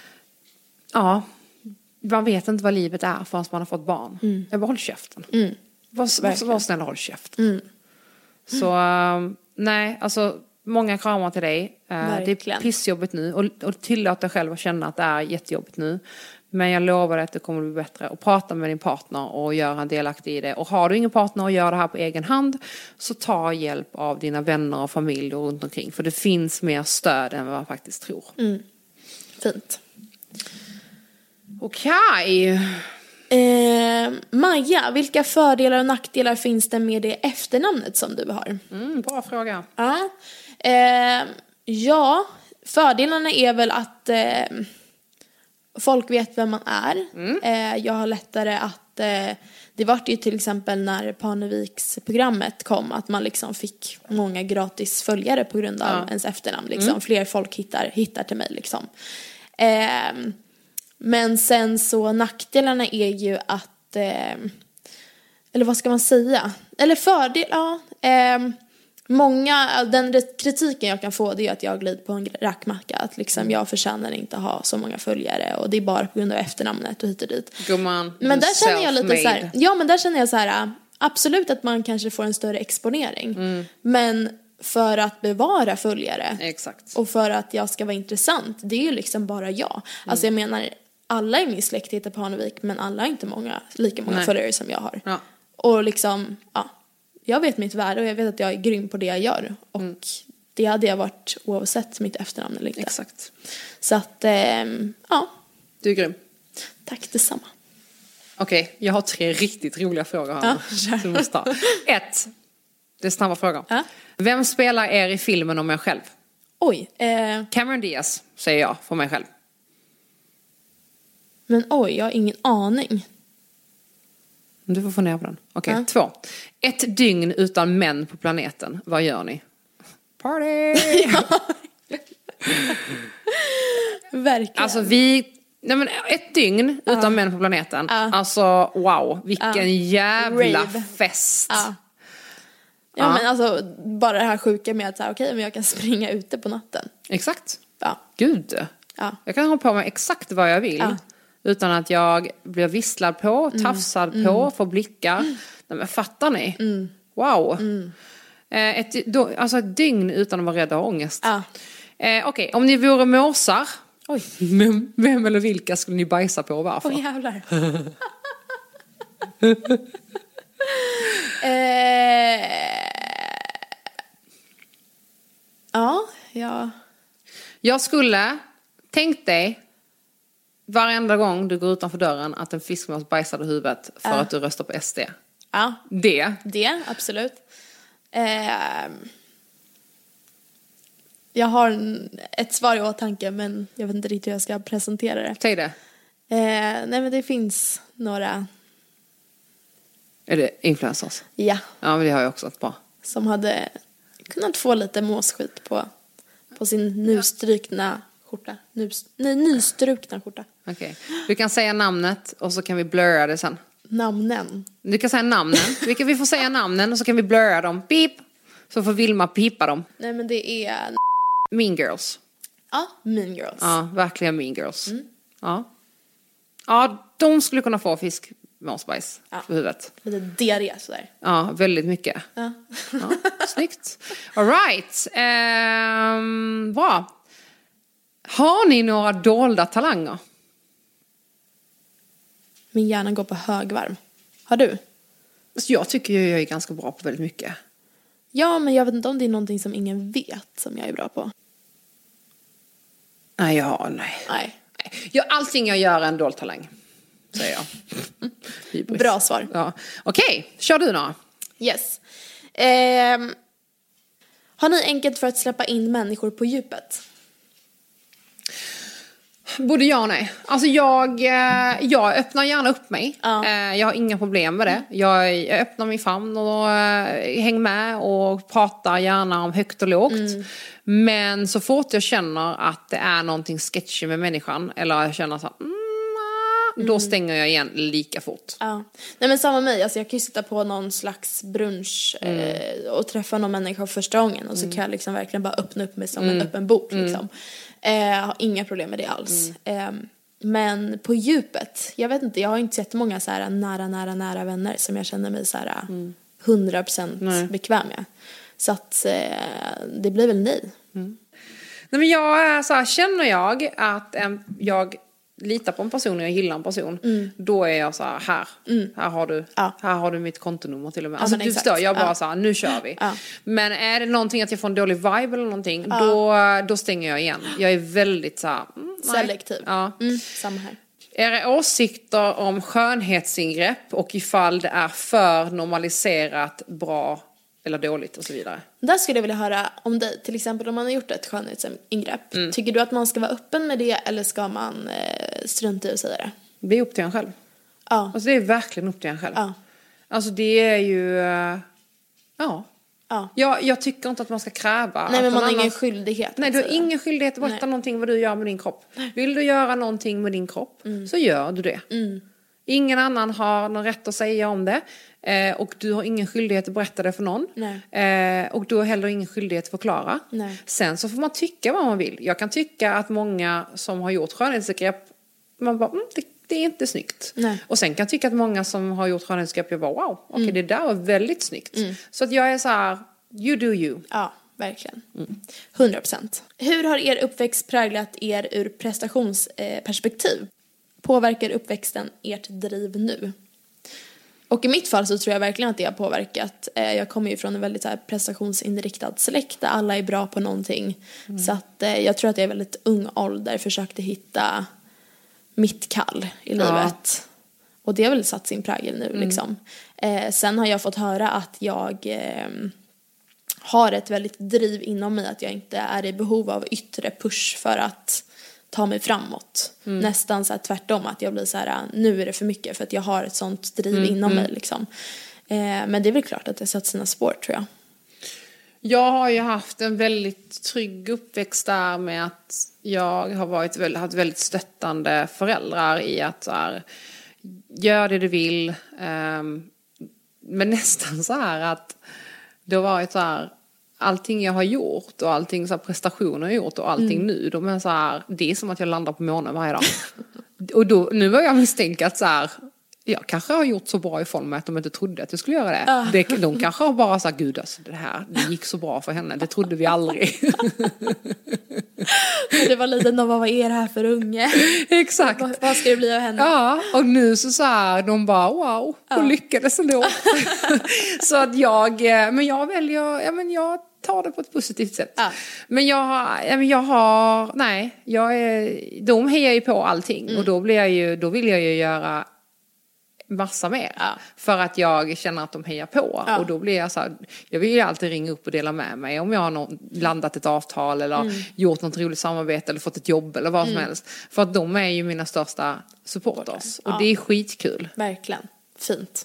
Ja, man vet inte vad livet är förrän man har fått barn. Mm. Jag bara håll käften. Mm. Var, var, var snälla håll käften. Mm. Så um, nej, alltså många kramar till dig. Uh, det är pissjobbigt nu. Och, och tillåt dig själv att känna att det är jättejobbigt nu. Men jag lovar dig att det kommer att bli bättre. Och prata med din partner och göra en delaktig i det. Och har du ingen partner och gör det här på egen hand, så ta hjälp av dina vänner och familj och runt omkring. För det finns mer stöd än vad man faktiskt tror. Mm. Fint. Okej. Eh, Maja, vilka fördelar och nackdelar finns det med det efternamnet som du har? Mm, bra fråga. Ja, eh, ja fördelarna är väl att eh, folk vet vem man är. Mm. Eh, jag har lättare att... Eh, det var ju till exempel när Parneviks programmet kom, att man liksom fick många gratis följare på grund av ja. ens efternamn. Liksom. Mm. Fler folk hittar, hittar till mig. Liksom. Eh, men sen så nackdelarna är ju att... Eh, eller vad ska man säga? Eller fördel... Ja, eh, många, den kritiken jag kan få, det är att jag glider på en rackmacka. Att liksom jag förtjänar inte ha så många följare. Och det är bara på grund av efternamnet och hit och dit. Gumman, men där känner jag lite så här, ja, men där känner jag så här, absolut att man kanske får en större exponering. Mm. Men för att bevara följare. Exakt. Och för att jag ska vara intressant, det är ju liksom bara jag. Mm. Alltså jag menar, alla i min släkt heter Parnevik, men alla har inte många, lika många Nej. följare som jag har. Ja. Och liksom, ja. Jag vet mitt värde och jag vet att jag är grym på det jag gör. Och mm. det hade jag varit oavsett mitt efternamn eller inte. Exakt. Så att, eh, ja. Du är grym. Tack detsamma. Okej, okay, jag har tre riktigt roliga frågor här. Ja, du måste ha. Ett, det är snabba frågor. Ja. Vem spelar er i filmen om er själv? Oj. Eh... Cameron Diaz, säger jag för mig själv. Men oj, jag har ingen aning. Du får fundera på den. Okej, okay, ja. Två. Ett dygn utan män på planeten. Vad gör ni? Party! Verkligen. Alltså vi... Nej men ett dygn utan uh. män på planeten. Uh. Alltså wow, vilken uh. jävla Rave. fest. Uh. Ja uh. men alltså bara det här sjuka med att okej okay, men jag kan springa ute på natten. Exakt. Ja. Gud. Uh. Jag kan ha på mig exakt vad jag vill. Uh. Utan att jag blir visslad på, tafsad mm. på, får blickar. Mm. Nej, men fattar ni? Mm. Wow. Mm. Eh, ett, då, alltså ett dygn utan att vara rädd och ångest. Ja. Eh, Okej, okay. Om ni vore måsar. Oj. Vem, vem eller vilka skulle ni bajsa på och varför? Åh oh, jävlar. eh, ja, ja. Jag skulle, tänk dig varenda gång du går utanför dörren att en fiskmås bajsade huvudet för uh. att du röstar på S D. Ja. Det. Det, absolut. Eh, jag har ett svar i åtanke men jag vet inte riktigt hur jag ska presentera det. Säg det. Eh, nej men det finns några. Är det influencers? Ja. Ja men det har jag också ett par. Som hade kunnat få lite måsskit på, på sin nystrukna skjorta. Nys, nej, nystrukna skjorta. Okej. Okay. Du kan säga namnet och så kan vi blurra det sen. Namnen. Du kan säga namnen. Vi, kan, vi får säga namnen och så kan vi blurra dem. Pip. Så får Vilma pipa dem. Nej men det är... Mean Girls. Ja, Mean Girls. Ja, verkligen Mean Girls. Mm. Ja. Ja, de skulle kunna få fisk måsbajs ja. För huvudet. Lite diarré sådär. Ja, väldigt mycket. Ja. Ja, snyggt. All right. Ehm, bra. Har ni några dolda talanger? Min hjärna går på högvarv. Har du? Alltså jag tycker jag är ganska bra på väldigt mycket. Ja, men jag vet inte om det är någonting som ingen vet som jag är bra på. Nej, ja, nej. Nej. Ja, allting jag gör är en dold talang, säger jag. Bra svar. Ja. Okej, okay, kör du då. Yes. Eh, har ni enkelt för att släppa in människor på djupet? Både ja och nej. Alltså jag, jag öppnar gärna upp mig. Ja. Jag har inga problem med det. Jag, jag öppnar min famn och hänger med och pratar gärna om högt och lågt. Mm. Men så fort jag känner att det är någonting sketchy med människan eller jag känner så här, mm, mm. då stänger jag igen lika fort. Ja. Nej men samma mig, alltså jag kan ju sitta på någon slags brunch mm. eh, och träffa någon människa första gången och så mm. kan jag liksom verkligen bara öppna upp mig som mm. en öppen bok liksom. Mm. Jag eh, har inga problem med det alls. Mm. Eh, men på djupet, jag vet inte, jag har inte sett många så här nära, nära, nära vänner som jag känner mig så här mm. hundra procent bekväm med. Så att eh, det blir väl nej. Mm. Nej men jag är så här, känner jag att en, jag litar på en person och jag gillar en person, mm. då är jag så här, här, mm. här, har du, ja. här har du mitt kontonummer till och med. Ja, alltså du förstår, jag bara ja. så här, nu kör vi. Ja. Men är det någonting att jag får en dålig vibe eller någonting, ja. då, då stänger jag igen. Jag är väldigt så här, mm, selektiv. Ja. Mm, samma här. Era åsikter om skönhetsingrepp och ifall det är för normaliserat, bra eller dåligt och så vidare. Där skulle jag vilja höra om dig. Till exempel om man har gjort ett skönhetsingrepp. Mm. Tycker du att man ska vara öppen med det eller ska man eh, strunta i att säga det? Det är upp till en själv. Ja. Alltså det är verkligen upp till en själv. Ja. Alltså det är ju... Uh, ja. Ja. Jag, jag tycker inte att man ska kräva. Nej men man har annan... ingen skyldighet. Nej, du har ingen skyldighet att berätta Nej. någonting vad du gör med din kropp. Nej. Vill du göra någonting med din kropp mm. så gör du det. Mm. Ingen annan har någon rätt att säga om det. Eh, och du har ingen skyldighet att berätta det för någon. Eh, och du har heller ingen skyldighet att förklara. Nej. Sen så får man tycka vad man vill. Jag kan tycka att många som har gjort skönhetsingrepp, man bara, mm, det, det är inte snyggt. Nej. Och sen kan jag tycka att många som har gjort skönhetsingrepp, jag bara, wow, okej, okay, mm. det där var väldigt snyggt. Mm. Så att jag är så här, you do you. Ja, verkligen. hundra procent. Hur har er uppväxt präglat er ur prestationsperspektiv? Påverkar uppväxten ert driv nu? Och i mitt fall så tror jag verkligen att det har påverkat. Jag kommer ju från en väldigt så här prestationsinriktad släkt där alla är bra på någonting. Mm. Så att jag tror att jag är väldigt ung ålder försökte hitta mitt kall i livet. Ja. Och det har väl satt sin prägel nu mm. liksom. Eh, sen har jag fått höra att jag eh, har ett väldigt driv inom mig. Att jag inte är i behov av yttre push för att ta mig framåt. Mm. Nästan så här tvärtom. Att jag blir så här, nu är det för mycket. För att jag har ett sånt driv mm. inom mm. mig liksom. Eh, men det är väl klart att det har satt sina spår, tror jag. Jag har ju haft en väldigt trygg uppväxt där med att jag har varit väldigt, haft väldigt stöttande föräldrar i att så här, gör det du vill. Um, men nästan så här att det har varit så här, allting jag har gjort och allting så här prestationer jag har gjort och allting mm. nu, de är så här, det är som att jag landar på månen varje dag. Och då, nu var jag misstänkt att så här, jag kanske har gjort så bra ifrån mig att de inte trodde att jag skulle göra det. Ja. det de kanske har bara sagt, gud alltså, det här, det gick så bra för henne, det trodde vi aldrig. Det var lite, de bara, vad är det här för unge? Exakt. Vad, vad ska det bli av henne? Ja, och nu så så här, de bara, wow, ja. hon lyckades ändå. Så att jag, men jag väljer, ja men jag tar det på ett positivt sätt. Ja. Men jag har, jag har, nej, jag är, de hejar ju på allting. Mm. Och då blir jag ju, då vill jag ju göra massa mer. Ja. För att jag känner att de hejar på. Ja. Och då blir jag så här, jag vill ju alltid ringa upp och dela med mig om jag har någon, landat ett avtal eller mm. gjort något roligt samarbete eller fått ett jobb eller vad som mm. helst. För att de är ju mina största supporters. Ja. Och det är skitkul. Verkligen. Fint.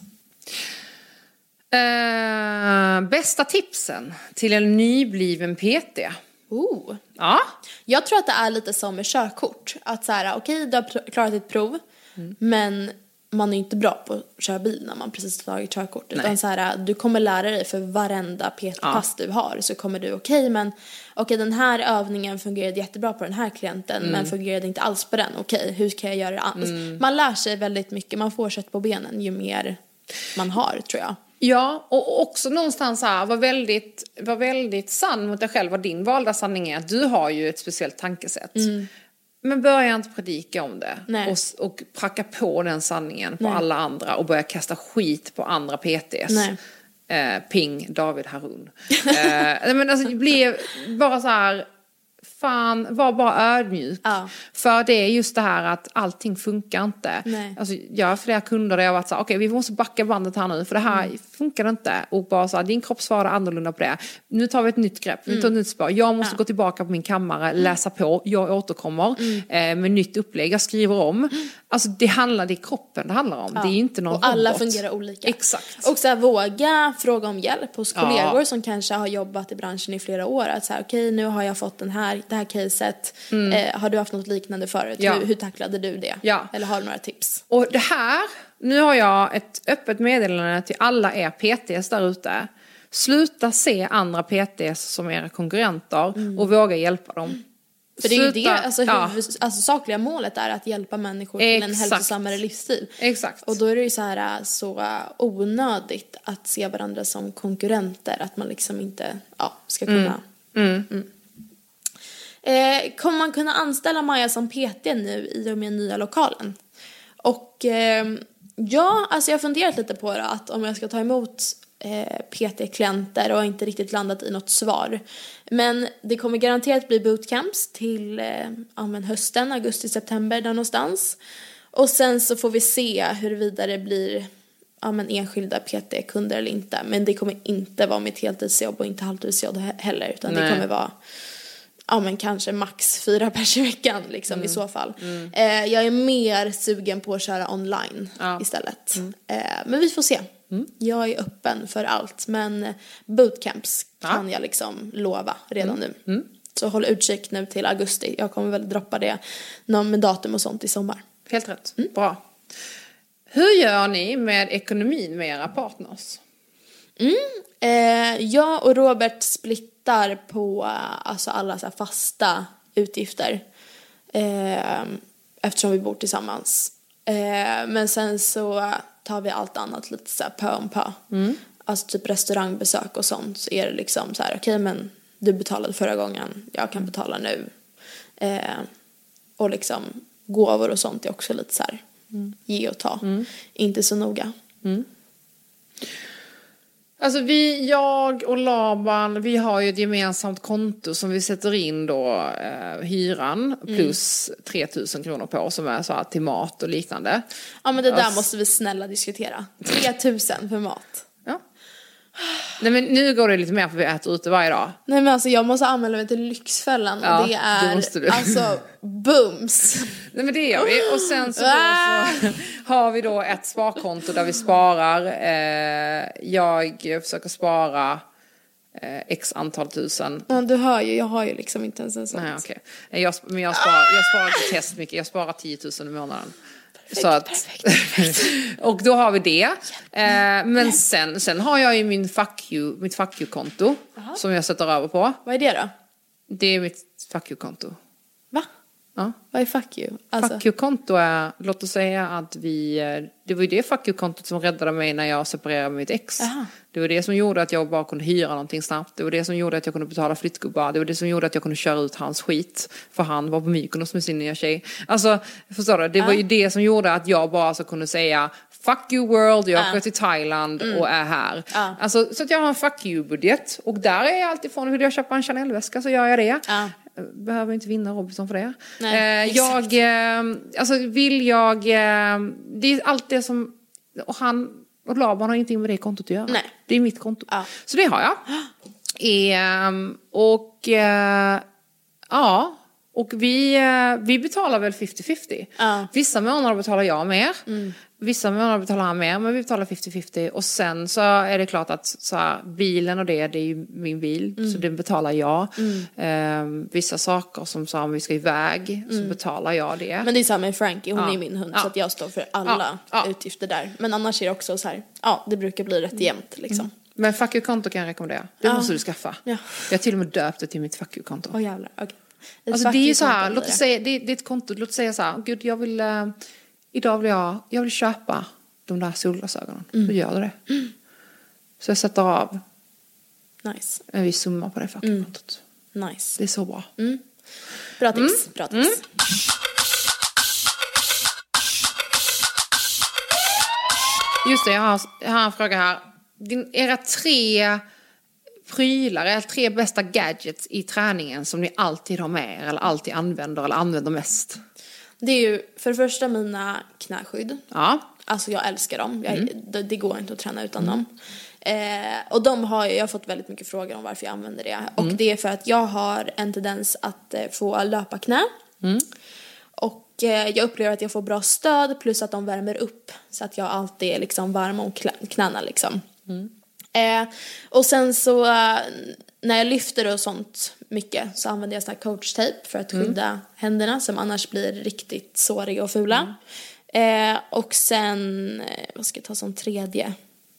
Uh, bästa tipsen till en nybliven P T. Oh. Ja. Jag tror att det är lite som med körkort. Att så här, okej, okay, du har klarat ett prov. Mm. Men man är inte bra på att köra bil när man precis har tagit körkort. Nej. Utan så här, du kommer lära dig för varenda P T-pass ja. du har. Så kommer du, okej, okay, men okej, okay, den här övningen fungerade jättebra på den här klienten. Mm. Men fungerade inte alls på den. Okej, okay, hur kan jag göra det annars? Mm. Man lär sig väldigt mycket. Man får kött på benen ju mer man har, tror jag. Ja, och också någonstans här, var väldigt, var väldigt sann mot dig själv. Vad din valda sanning är. Att du har ju ett speciellt tankesätt. Mm. Men börja inte predika om det. Och, och pracka på den sanningen på Nej. alla andra. Och börja kasta skit på andra P T:s. Nej. Eh, ping, David Harun. eh, men alltså, det blev bara så här... Fan, var bara ödmjuk. Ja. För det är just det här att allting funkar inte. Alltså, jag har flera kunder där jag har varit så här, okej, okay, vi måste backa bandet här nu. För det här mm. funkar inte. Och bara så här, din kropp svarar annorlunda på det. Nu tar vi ett nytt grepp. Mm. Vi tar ett nytt spår. Jag måste ja. gå tillbaka på min kammare, läsa på. Jag återkommer mm. eh, med nytt upplägg. Jag skriver om. Mm. Alltså det handlar, det är kroppen det handlar om. Ja. Det är inte någon och alla robot. fungerar olika. Exakt. Och så här, våga fråga om hjälp hos kollegor ja. som kanske har jobbat i branschen i flera år. Att så här, okej, okay, nu har jag fått den här, det här caset. Mm. Eh, har du haft något liknande förut? Ja. Hur, hur tacklade du det? Ja. Eller har du några tips? Och det här, nu har jag ett öppet meddelande till alla er P T:s där ute. Sluta se andra P T:s som era konkurrenter mm. och våga hjälpa dem. För det är ju det, alltså, ja. huvud, alltså sakliga målet är att hjälpa människor till Exakt. en hälsosammare livsstil. Exakt. Och då är det ju så här så onödigt att se varandra som konkurrenter. Att man liksom inte ja, ska kunna... Mm. Mm. Mm. Eh, kommer man kunna anställa Maja som P T nu i och med nya lokalen? Och eh, ja, alltså jag har funderat lite på det. Att om jag ska ta emot eh, P T-klienter och inte riktigt landat i något svar. Men det kommer garanterat bli bootcamps till eh, ja, men hösten, augusti, september där någonstans. Och sen så får vi se huruvida det blir ja, men enskilda P T-kunder eller inte. Men det kommer inte vara mitt heltidsjobb och inte halvtidsjobb heller. Utan Nej. det kommer vara... Ja, men kanske max fyra pers i veckan liksom, mm. i så fall. Mm. Eh, jag är mer sugen på att köra online ja. istället. Mm. Eh, men vi får se. Mm. Jag är öppen för allt. Men bootcamps ja. kan jag liksom lova redan mm. nu. Mm. Så håll utkik nu till augusti. Jag kommer väl droppa det med datum och sånt i sommar. Helt rätt. Mm. Bra. Hur gör ni med ekonomin med era partners? Mm. Eh, jag och Robert splittar på alltså alla så här fasta utgifter eh, eftersom vi bor tillsammans. Eh, men sen så tar vi allt annat lite så här pö om pö. Mm. Alltså typ restaurangbesök och sånt, så är det liksom så här, okej, okay, men du betalade förra gången, jag kan betala nu. Eh, och liksom gåvor och sånt är också lite så här mm. ge och ta. Mm. Inte så noga. Mm. Alltså vi, jag och Laban, vi har ju ett gemensamt konto som vi sätter in då eh, hyran plus mm. tre tusen kronor på som är så här till mat och liknande. Ja men det där alltså, måste vi snälla diskutera. tre tusen för mat. Ja. Nej men nu går det lite mer för vi äter ute varje dag. Nej men alltså jag måste anmäla mig till Lyxfällan och ja, det är det alltså bums. Nej men det gör vi och sen så, ah! så har vi då ett sparkonto där vi sparar. Eh, jag försöker spara eh, x antal tusen. Ja du hör ju, jag har ju liksom inte ens en sån. Nej okej. Okay. Jag, men jag sparar, jag sparar inte test mycket, jag sparar tio tusen i månaden. Perfekt, så att, perfekt, perfekt. Och då har vi det. Eh, men sen, sen har jag ju min fuck you, mitt fuck you-konto som jag sätter över på. Vad är det då? Det är mitt fuck you-konto. Va? Ja. Vad är fuck you? Alltså... Fuck you-konto är, låt oss säga att vi, det var ju det fuck you-kontot som räddade mig när jag separerade med mitt ex. Aha. Det var det som gjorde att jag bara kunde hyra någonting snabbt. Det var det som gjorde att jag kunde betala flyttgubbar. Det var det som gjorde att jag kunde köra ut hans skit. För han var på Mykonos med sin nya tjej. Alltså, förstår du? Det var uh. ju det som gjorde att jag bara så kunde säga fuck you world, jag uh. åker till Thailand mm. och är här. Uh. Alltså, så att jag har en fuck you-budget. Och där är jag alltid från, vill jag köpa en Chanel-väska så gör jag det. Uh. Behöver inte vinna Robinson för det. Nej, eh, jag, eh, alltså vill jag, eh, det är allt det som, och han och Laban har ingenting med det kontot att göra. Nej. Det är mitt konto. Ja. Så det har jag. Eh, och eh, ja, och vi, eh, vi betalar väl femtio femtio. Ja. Vissa månader betalar jag mer. Mm. Vissa månader betalar han mer, men vi betalar femtio femtio. Och sen så är det klart att så här, bilen och det, det är ju min bil. Mm. Så den betalar jag. Mm. Eh, vissa saker som så här, om vi ska iväg mm. så betalar jag det. Men det är samma med Frankie, hon ja. är min hund. Ja. Så att jag står för alla ja. Ja. utgifter där. Men annars är det också så här, ja det brukar bli rätt jämnt liksom. Mm. Men fuck you-konto kan jag rekommendera. Det ja. måste du skaffa. Ja. Jag har till och med döpt det till mitt fuck you-konto. Åh oh, jävlar, okej. Okay. Alltså det är ju så här, låt oss säga, det, det är ett konto, låt oss säga så här, gud jag vill, uh, idag vill jag, jag vill köpa de där solglasögonen. Mm. Då gör du det. Mm. Så jag sätter av nice. en viss summa på det fuck you-kontot. Mm. Nice. Det är så bra. Mm. Bra tips, mm. bra tips. Mm. Just det, jag har, jag har en fråga här. Din, era tre prylar, era tre bästa gadgets i träningen som ni alltid har med er eller alltid använder eller använder mest? Det är ju för det första mina knäskydd. Ja. Alltså jag älskar dem. Jag, mm. det, det går inte att träna utan mm. dem. Eh, och de har jag har fått väldigt mycket frågor om varför jag använder det. Mm. Och det är för att jag har en tendens att eh, få löpa knä. Mm. Och eh, jag upplever att jag får bra stöd plus att de värmer upp. Så att jag alltid är liksom varm om knäna liksom. Mm. Eh, och sen så eh, när jag lyfter och sånt mycket så använder jag sån här coach-tape för att skydda mm. händerna som annars blir riktigt såriga och fula. Mm. Eh, och sen, eh, vad ska jag ta som tredje?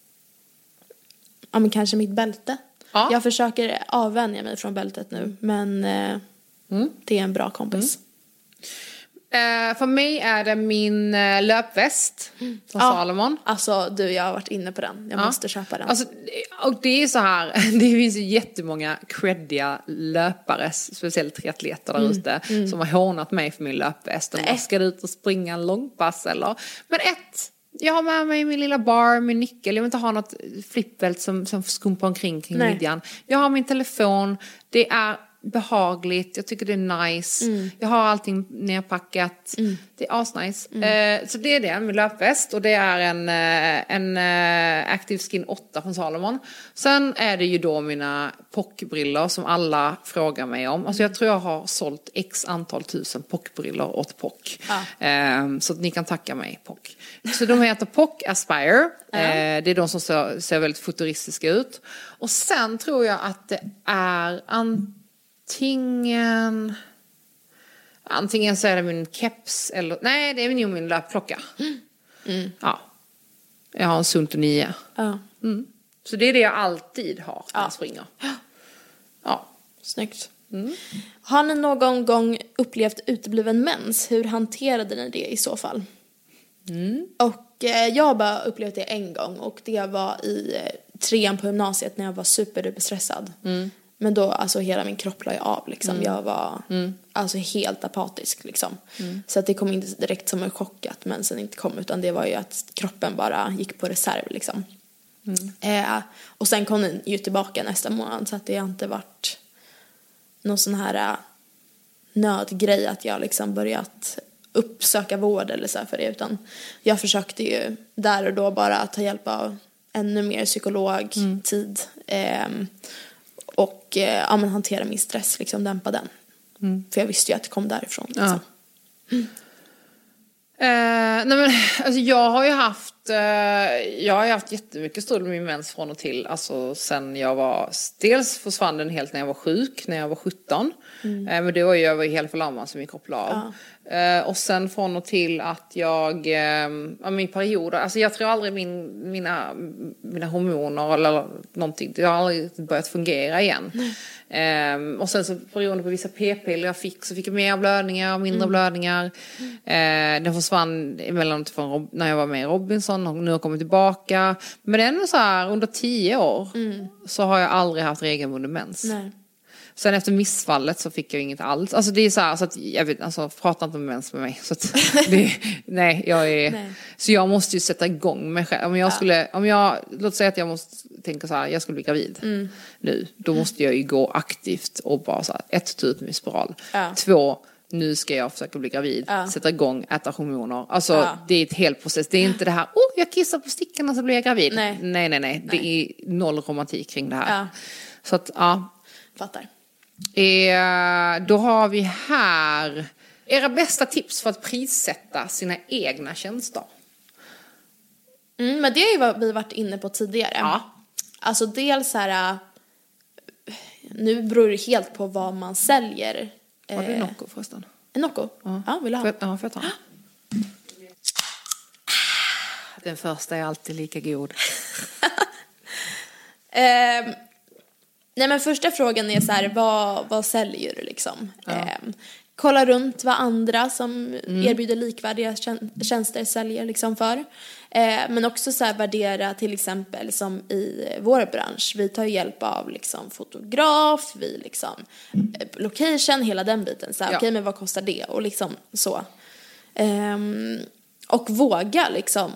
Ja men kanske mitt bälte. Ja. Jag försöker avvänja mig från bältet nu men eh, mm. det är en bra kompis. Mm. Uh, för mig är det min uh, löpväst från ja, Salomon. Alltså du, jag har varit inne på den. Jag ja. måste köpa den. Alltså, och det är så här, det finns ju jättemånga creddiga löpare, speciellt triatleter där mm. ute mm. som har hånat mig för min löpväst. Och bara, ska du ut och springa en långpass eller? Men ett, jag har med mig min lilla bar, min nyckel. Jag vill inte ha något flippbält som, som skumpar omkring kring Nej. midjan. Jag har min telefon, det är behagligt, jag tycker det är nice. Mm. Jag har allting nerpackat. Mm. Det är asnice. Mm. Eh, så det är det, min löpväst. Och det är en, en uh, Active Skin åtta från Salomon. Sen är det ju då mina P O C-brillor som alla frågar mig om. Alltså jag tror jag har sålt x antal tusen P O C-brillor åt P O C. Ah. Eh, så att ni kan tacka mig, P O C. Så de heter P O C Aspire. Ah. Eh, det är de som ser, ser väldigt futuristiska ut. Och sen tror jag att det är an- Antingen Antingen så är det min keps eller, nej det är nog min löpklocka. Mm. Mm. Ja. Jag har en Sunto nio. Ja. Mm. Så det är det jag alltid har när ja. jag springer. Ja. Snyggt. Mm. Har ni någon gång upplevt utebliven mens? Hur hanterade ni det i så fall? Mm. Och eh, jag har bara upplevt det en gång och det var i eh, trean på gymnasiet när jag var superduper stressad. Mm. Men då, alltså hela min kropp la jag av liksom. Mm. Jag var mm. alltså helt apatisk liksom. Mm. Så att det kom inte direkt som en chock att mensen inte kom. Utan det var ju att kroppen bara gick på reserv liksom. Mm. Eh, och sen kom den ju tillbaka nästa månad, så att det har inte varit någon sån här uh, nödgrej att jag liksom börjat uppsöka vård eller så här för det, utan jag försökte ju där och då bara ta hjälp av ännu mer psykologtid mm. eh, och eh, ja, men hantera min stress, liksom dämpa den. Mm. För jag visste ju att det kom därifrån. Liksom. Ja. Mm. Eh, nej men, alltså jag har ju haft eh, jag har ju haft jättemycket strul med min mens från och till. Alltså sen jag var, dels försvann den helt när jag var sjuk, när jag var sjutton. Mm. Eh, men det var ju, jag var ju helt förlamad som min kropp la av. Ja. Uh, och sen från och till att jag uh, min period, alltså jag tror aldrig min, mina, mina hormoner eller någonting, det har aldrig börjat fungera igen. Uh, och sen så beroende på vissa p-piller jag fick, så fick jag mer blödningar och mindre mm. blödningar. Uh, den försvann emellanåt från när jag var med i Robinson och nu har jag kommit tillbaka. Men det är ändå så här, under tio år mm. så har jag aldrig haft regelbunden mens. Nej. Sen efter missfallet så fick jag inget alls. Alltså det är så här, så att jag vet, alltså prata inte om mens med mig, så att det, nej, jag är nej. Så jag måste ju sätta igång mig själv. Om jag ja. skulle om jag låt säga att jag måste tänka så här, jag skulle bli gravid mm. nu, då måste jag ju gå aktivt och bara så här, ett ta ut min spiral. Ja. Två, nu ska jag försöka bli gravid, ja. sätta igång, äta hormoner. Alltså ja. det är ett helt process. Det är inte det här, oh, jag kissar på stickan och så blir jag gravid. Nej, nej, nej. nej. nej. Det är noll romantik kring det här. Ja. Så att, ja. Fattar. Eh, då har vi här era bästa tips för att prissätta sina egna tjänster. Mm, men det har ju vad vi varit inne på tidigare. Ja. Alltså dels här, nu beror det helt på vad man säljer. Var det Nocco förresten? En Nocco? Ja. ja, vill du ha? Får jag, ja, får jag ta? Den första är alltid lika god. eh, Nej, men första frågan är så här, vad, vad säljer du liksom? Ja. Eh, kolla runt vad andra som mm. erbjuder likvärdiga tjänster säljer liksom för. Eh, men också så här värdera, till exempel som i vår bransch. Vi tar hjälp av liksom fotograf, vi liksom eh, location, hela den biten. Så här, ja. Okej, men vad kostar det? Och liksom så. Eh, och våga liksom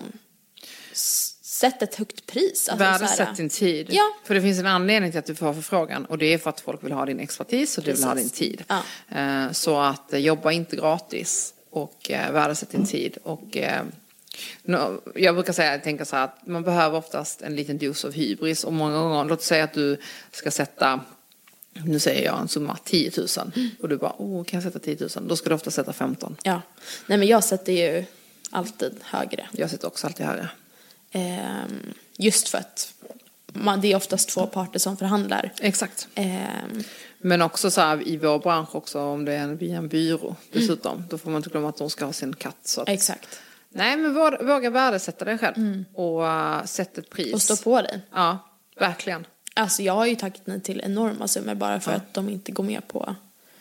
sätt ett högt pris. Alltså, värdesätt din tid. Ja. För det finns en anledning till att du får förfrågan. Och det är för att folk vill ha din expertis och du vill ha din tid. Ja. Uh, så att uh, jobba inte gratis. Och uh, värdesätt din tid. Och uh, no, jag brukar säga, jag tänker så här, att man behöver oftast en liten dos av hybris. Och många gånger, låt säga att du ska sätta, nu säger jag en summa tio tusen. Mm. Och du bara, åh, kan jag sätta tio tusen? Då ska du ofta sätta femton. Ja, nej men jag sätter ju alltid högre. Jag sätter också alltid högre. Just för att man, det är oftast två parter som förhandlar. Exakt. Um, Men också så här, i vår bransch också, om det är en, via en byrå dessutom, mm. då får man inte glömma att de ska ha sin katt. Så att, exakt. Nej, men våga, våga värdesätta dig själv mm. och uh, sätta ett pris. Och stå på dig. Ja, verkligen. Alltså jag har ju tagit nej till enorma summor bara för ja. att de inte går med på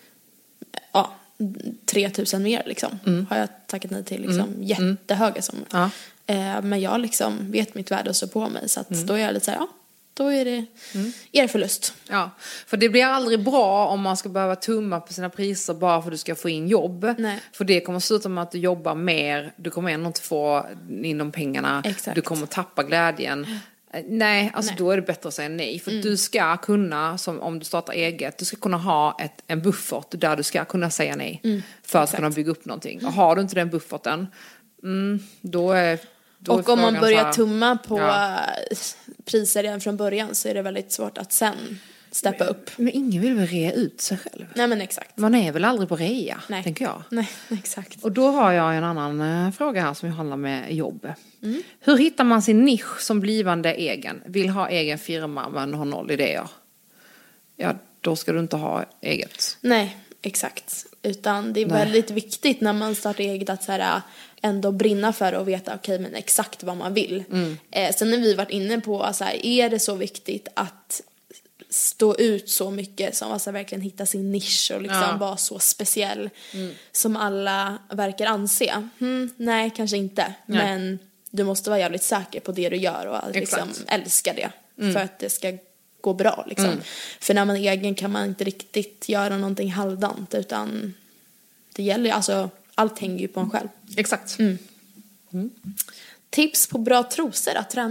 ja, tre tusen mer liksom. Mm. Har jag tagit nej till liksom mm. jättehöga summor. Ja. Men jag liksom vet mitt värde och står på mig. Så att mm. då är jag lite så här, ja, då är det mm. er förlust. Ja, för det blir aldrig bra om man ska behöva tumma på sina priser bara för att du ska få in jobb. Nej. För det kommer sluta med att du jobbar mer. Du kommer ändå inte få in de pengarna. Exakt. Du kommer tappa glädjen. Nej, alltså nej. Då är det bättre att säga nej. För mm. du ska kunna, som om du startar eget, du ska kunna ha ett, en buffert där du ska kunna säga nej. Mm. För att Exakt. kunna bygga upp någonting. Och har du inte den bufferten, mm, då är Då och om man börjar här, tumma på ja. priser redan från början så är det väldigt svårt att sen steppa men, upp. Men ingen vill väl rea ut sig själv? Nej, men exakt. Man är väl aldrig på rea, Nej. tänker jag. Nej, exakt. Och då har jag en annan äh, fråga här som handlar med jobb. Mm. Hur hittar man sin nisch som blivande egen? Vill ha egen firma men har noll idéer. Ja, då ska du inte ha eget. Nej, exakt. Utan det är Nej. väldigt viktigt när man startar eget att så här, ändå brinna för och veta okej, okay, men exakt vad man vill. Mm. Eh, sen när vi varit inne på så här, är det så viktigt att stå ut så mycket som alltså verkligen hitta sin nisch och liksom ja. vara så speciell mm. som alla verkar anse. Hmm, nej, kanske inte. Nej. Men du måste vara jävligt säker på det du gör och liksom älska det mm. för att det ska gå bra liksom. Mm. För när man är egen kan man inte riktigt göra någonting halvdant, utan det gäller alltså, allt hänger ju på en själv. Exakt. Mm. Mm. Tips på bra trosor att träna i.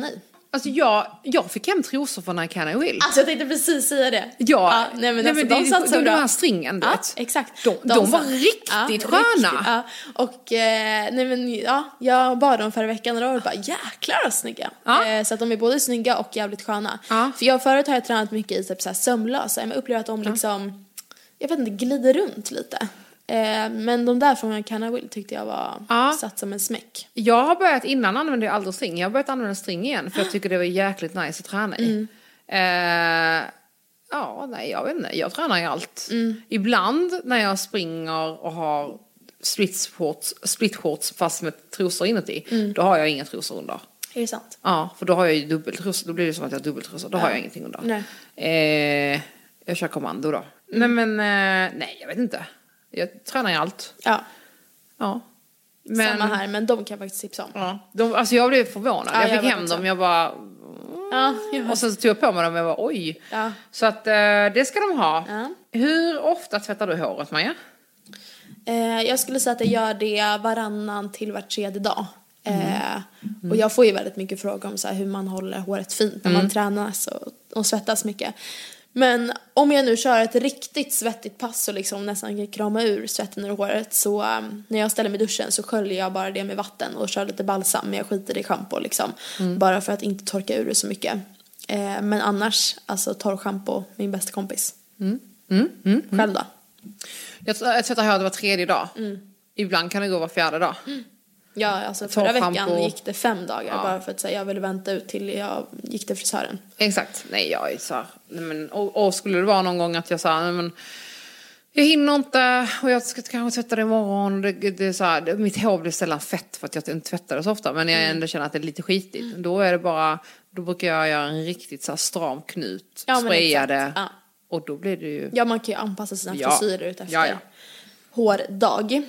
Alltså jag, jag fick hem trosor från I Can I Will. Alltså jag tänkte precis säga det. Ja, ja nej, men nej, alltså, men de satt så de, bra. De här stringen, du ja, vet. Exakt. De, de, de var riktigt ja, sköna. Riktigt, ja. Och eh, nej, men, ja, jag bar dem förra veckan och då var det bara jäklar vad snygga. Ja. Eh, så att de är både snygga och jävligt sköna. Ja. För jag förut har jag tränat mycket i typ så här sömlösa. Jag upplever att de liksom, jag vet inte, glider runt lite. Men de där från Can I Will tyckte jag var ja. satt som en smäck. Jag har börjat, innan använde jag aldrig string. Jag har börjat använda string igen. För jag tycker det var jäkligt nice att träna i. Mm. Eh, ja, nej jag vet inte. Jag tränar i allt. Mm. Ibland när jag springer och har split shorts, split shorts fast med trosor inuti. Mm. Då har jag inga trosor under. Är det sant? Ja, för då har jag ju dubbeltrosor. Då blir det som att jag har dubbeltrosor. Då ja. har jag ingenting under. Nej. Eh, jag kör kommando då. Mm. Nej men, eh, nej jag vet inte. Jag tränar i allt. Ja. Ja. Men, samma här, men de kan jag faktiskt tipsa om. Ja. De, alltså jag blev förvånad. Ja, jag fick jag hem dem, jag bara... Ja, och sen så tog jag på mig dem och jag bara oj. Ja. Så att eh, det ska de ha. Ja. Hur ofta tvättar du håret, Maja? Eh, jag skulle säga att jag gör det varannan till var tredje dag. Mm. Eh, och jag får ju väldigt mycket frågor om så här, hur man håller håret fint när mm. man tränar och, och svettas mycket. Men om jag nu kör ett riktigt svettigt pass och liksom nästan kan krama ur svetten ur håret så um, när jag ställer mig i duschen så sköljer jag bara det med vatten och kör lite balsam, men jag skiter i shampoo liksom. Mm. Bara för att inte torka ur det så mycket. Eh, men annars, alltså torrschampo, min bästa kompis. Mm. Mm. Mm. Själv då? Jag, jag tvättar håret var tredje dag. Mm. Ibland kan det gå var fjärde dag. Mm. Ja, alltså förra veckan gick det fem dagar ja. bara för att säga jag ville vänta ut till jag gick till frisören. Exakt. Nej, jag är så här, nej, men, och, och skulle det vara någon gång att jag sa nej, men jag hinner inte och jag ska kanske tvätta det imorgon. Det, det är så här, mitt hår blir sällan fett för att jag inte tvättar det så ofta, men jag ändå känner att det är lite skitigt. Mm. Då är det bara, då brukar jag göra en riktigt så här stram knut, ja, spraya det ja. och då blir det ju... Ja, man kan ju anpassa sina ja. frisyrer ut efter ja, ja. hårdag.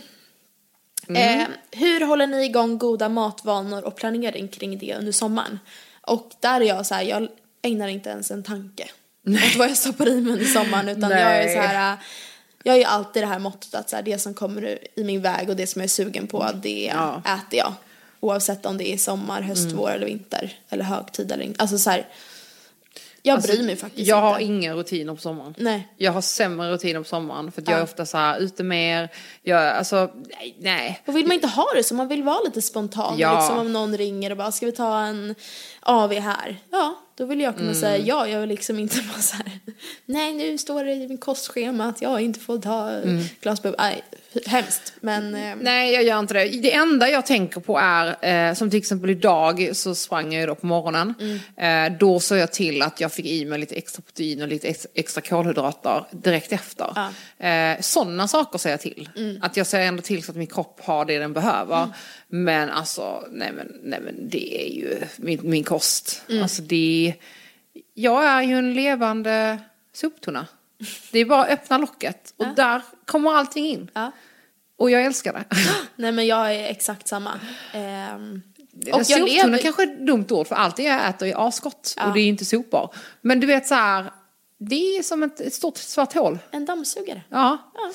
Mm. Eh, hur håller ni igång goda matvanor och planering kring det under sommaren? Och där är jag så här, jag ägnar inte ens en tanke åt vad jag stoppar i mig under sommaren, utan Nej. jag är så här, jag är ju alltid det här mottot att så här, det som kommer i min väg och det som jag är sugen på, det ja. äter jag. Oavsett om det är sommar, höst, mm. vår eller vinter eller högtid eller inte. Alltså så här, jag alltså, bryr mig faktiskt jag inte. har inga rutiner på sommaren. Nej. Jag har sämre rutiner på sommaren. För att ja. jag är ofta så här ute mer. Jag, alltså, nej, nej. Och vill man inte ha det så man vill vara lite spontan. Ja. Liksom om någon ringer och bara, ska vi ta en A V här? Ja, då vill jag kunna mm. säga ja. Jag vill liksom inte bara så här, nej nu står det i min kostschema att jag inte får ta mm. glasbubb. Nej, hemskt. Men, eh. nej, jag gör inte det. Det enda jag tänker på är, eh, som till exempel idag så sprang jag ju då på morgonen. Mm. Eh, då såg jag till att jag fick i mig lite extra protein och lite ex- extra kolhydrater direkt efter. Ja. Eh, sådana saker säger jag till. Mm. Att jag säger ändå till så att min kropp har det den behöver. Mm. Men alltså, nej men, nej men det är ju min, min kost. Mm. Alltså det, jag är ju en levande soptunna. Det är bara att öppna locket och ja. där kommer allting in. Ja. Och jag älskar det. Nej men jag är exakt samma. Ehm, och jag soptunna lever... kanske är ett dumt ord för allt jag äter är asgott ja. och det är inte sopbar. Men du vet så här, det är som ett, ett stort svart hål. En dammsugare. Ja. ja.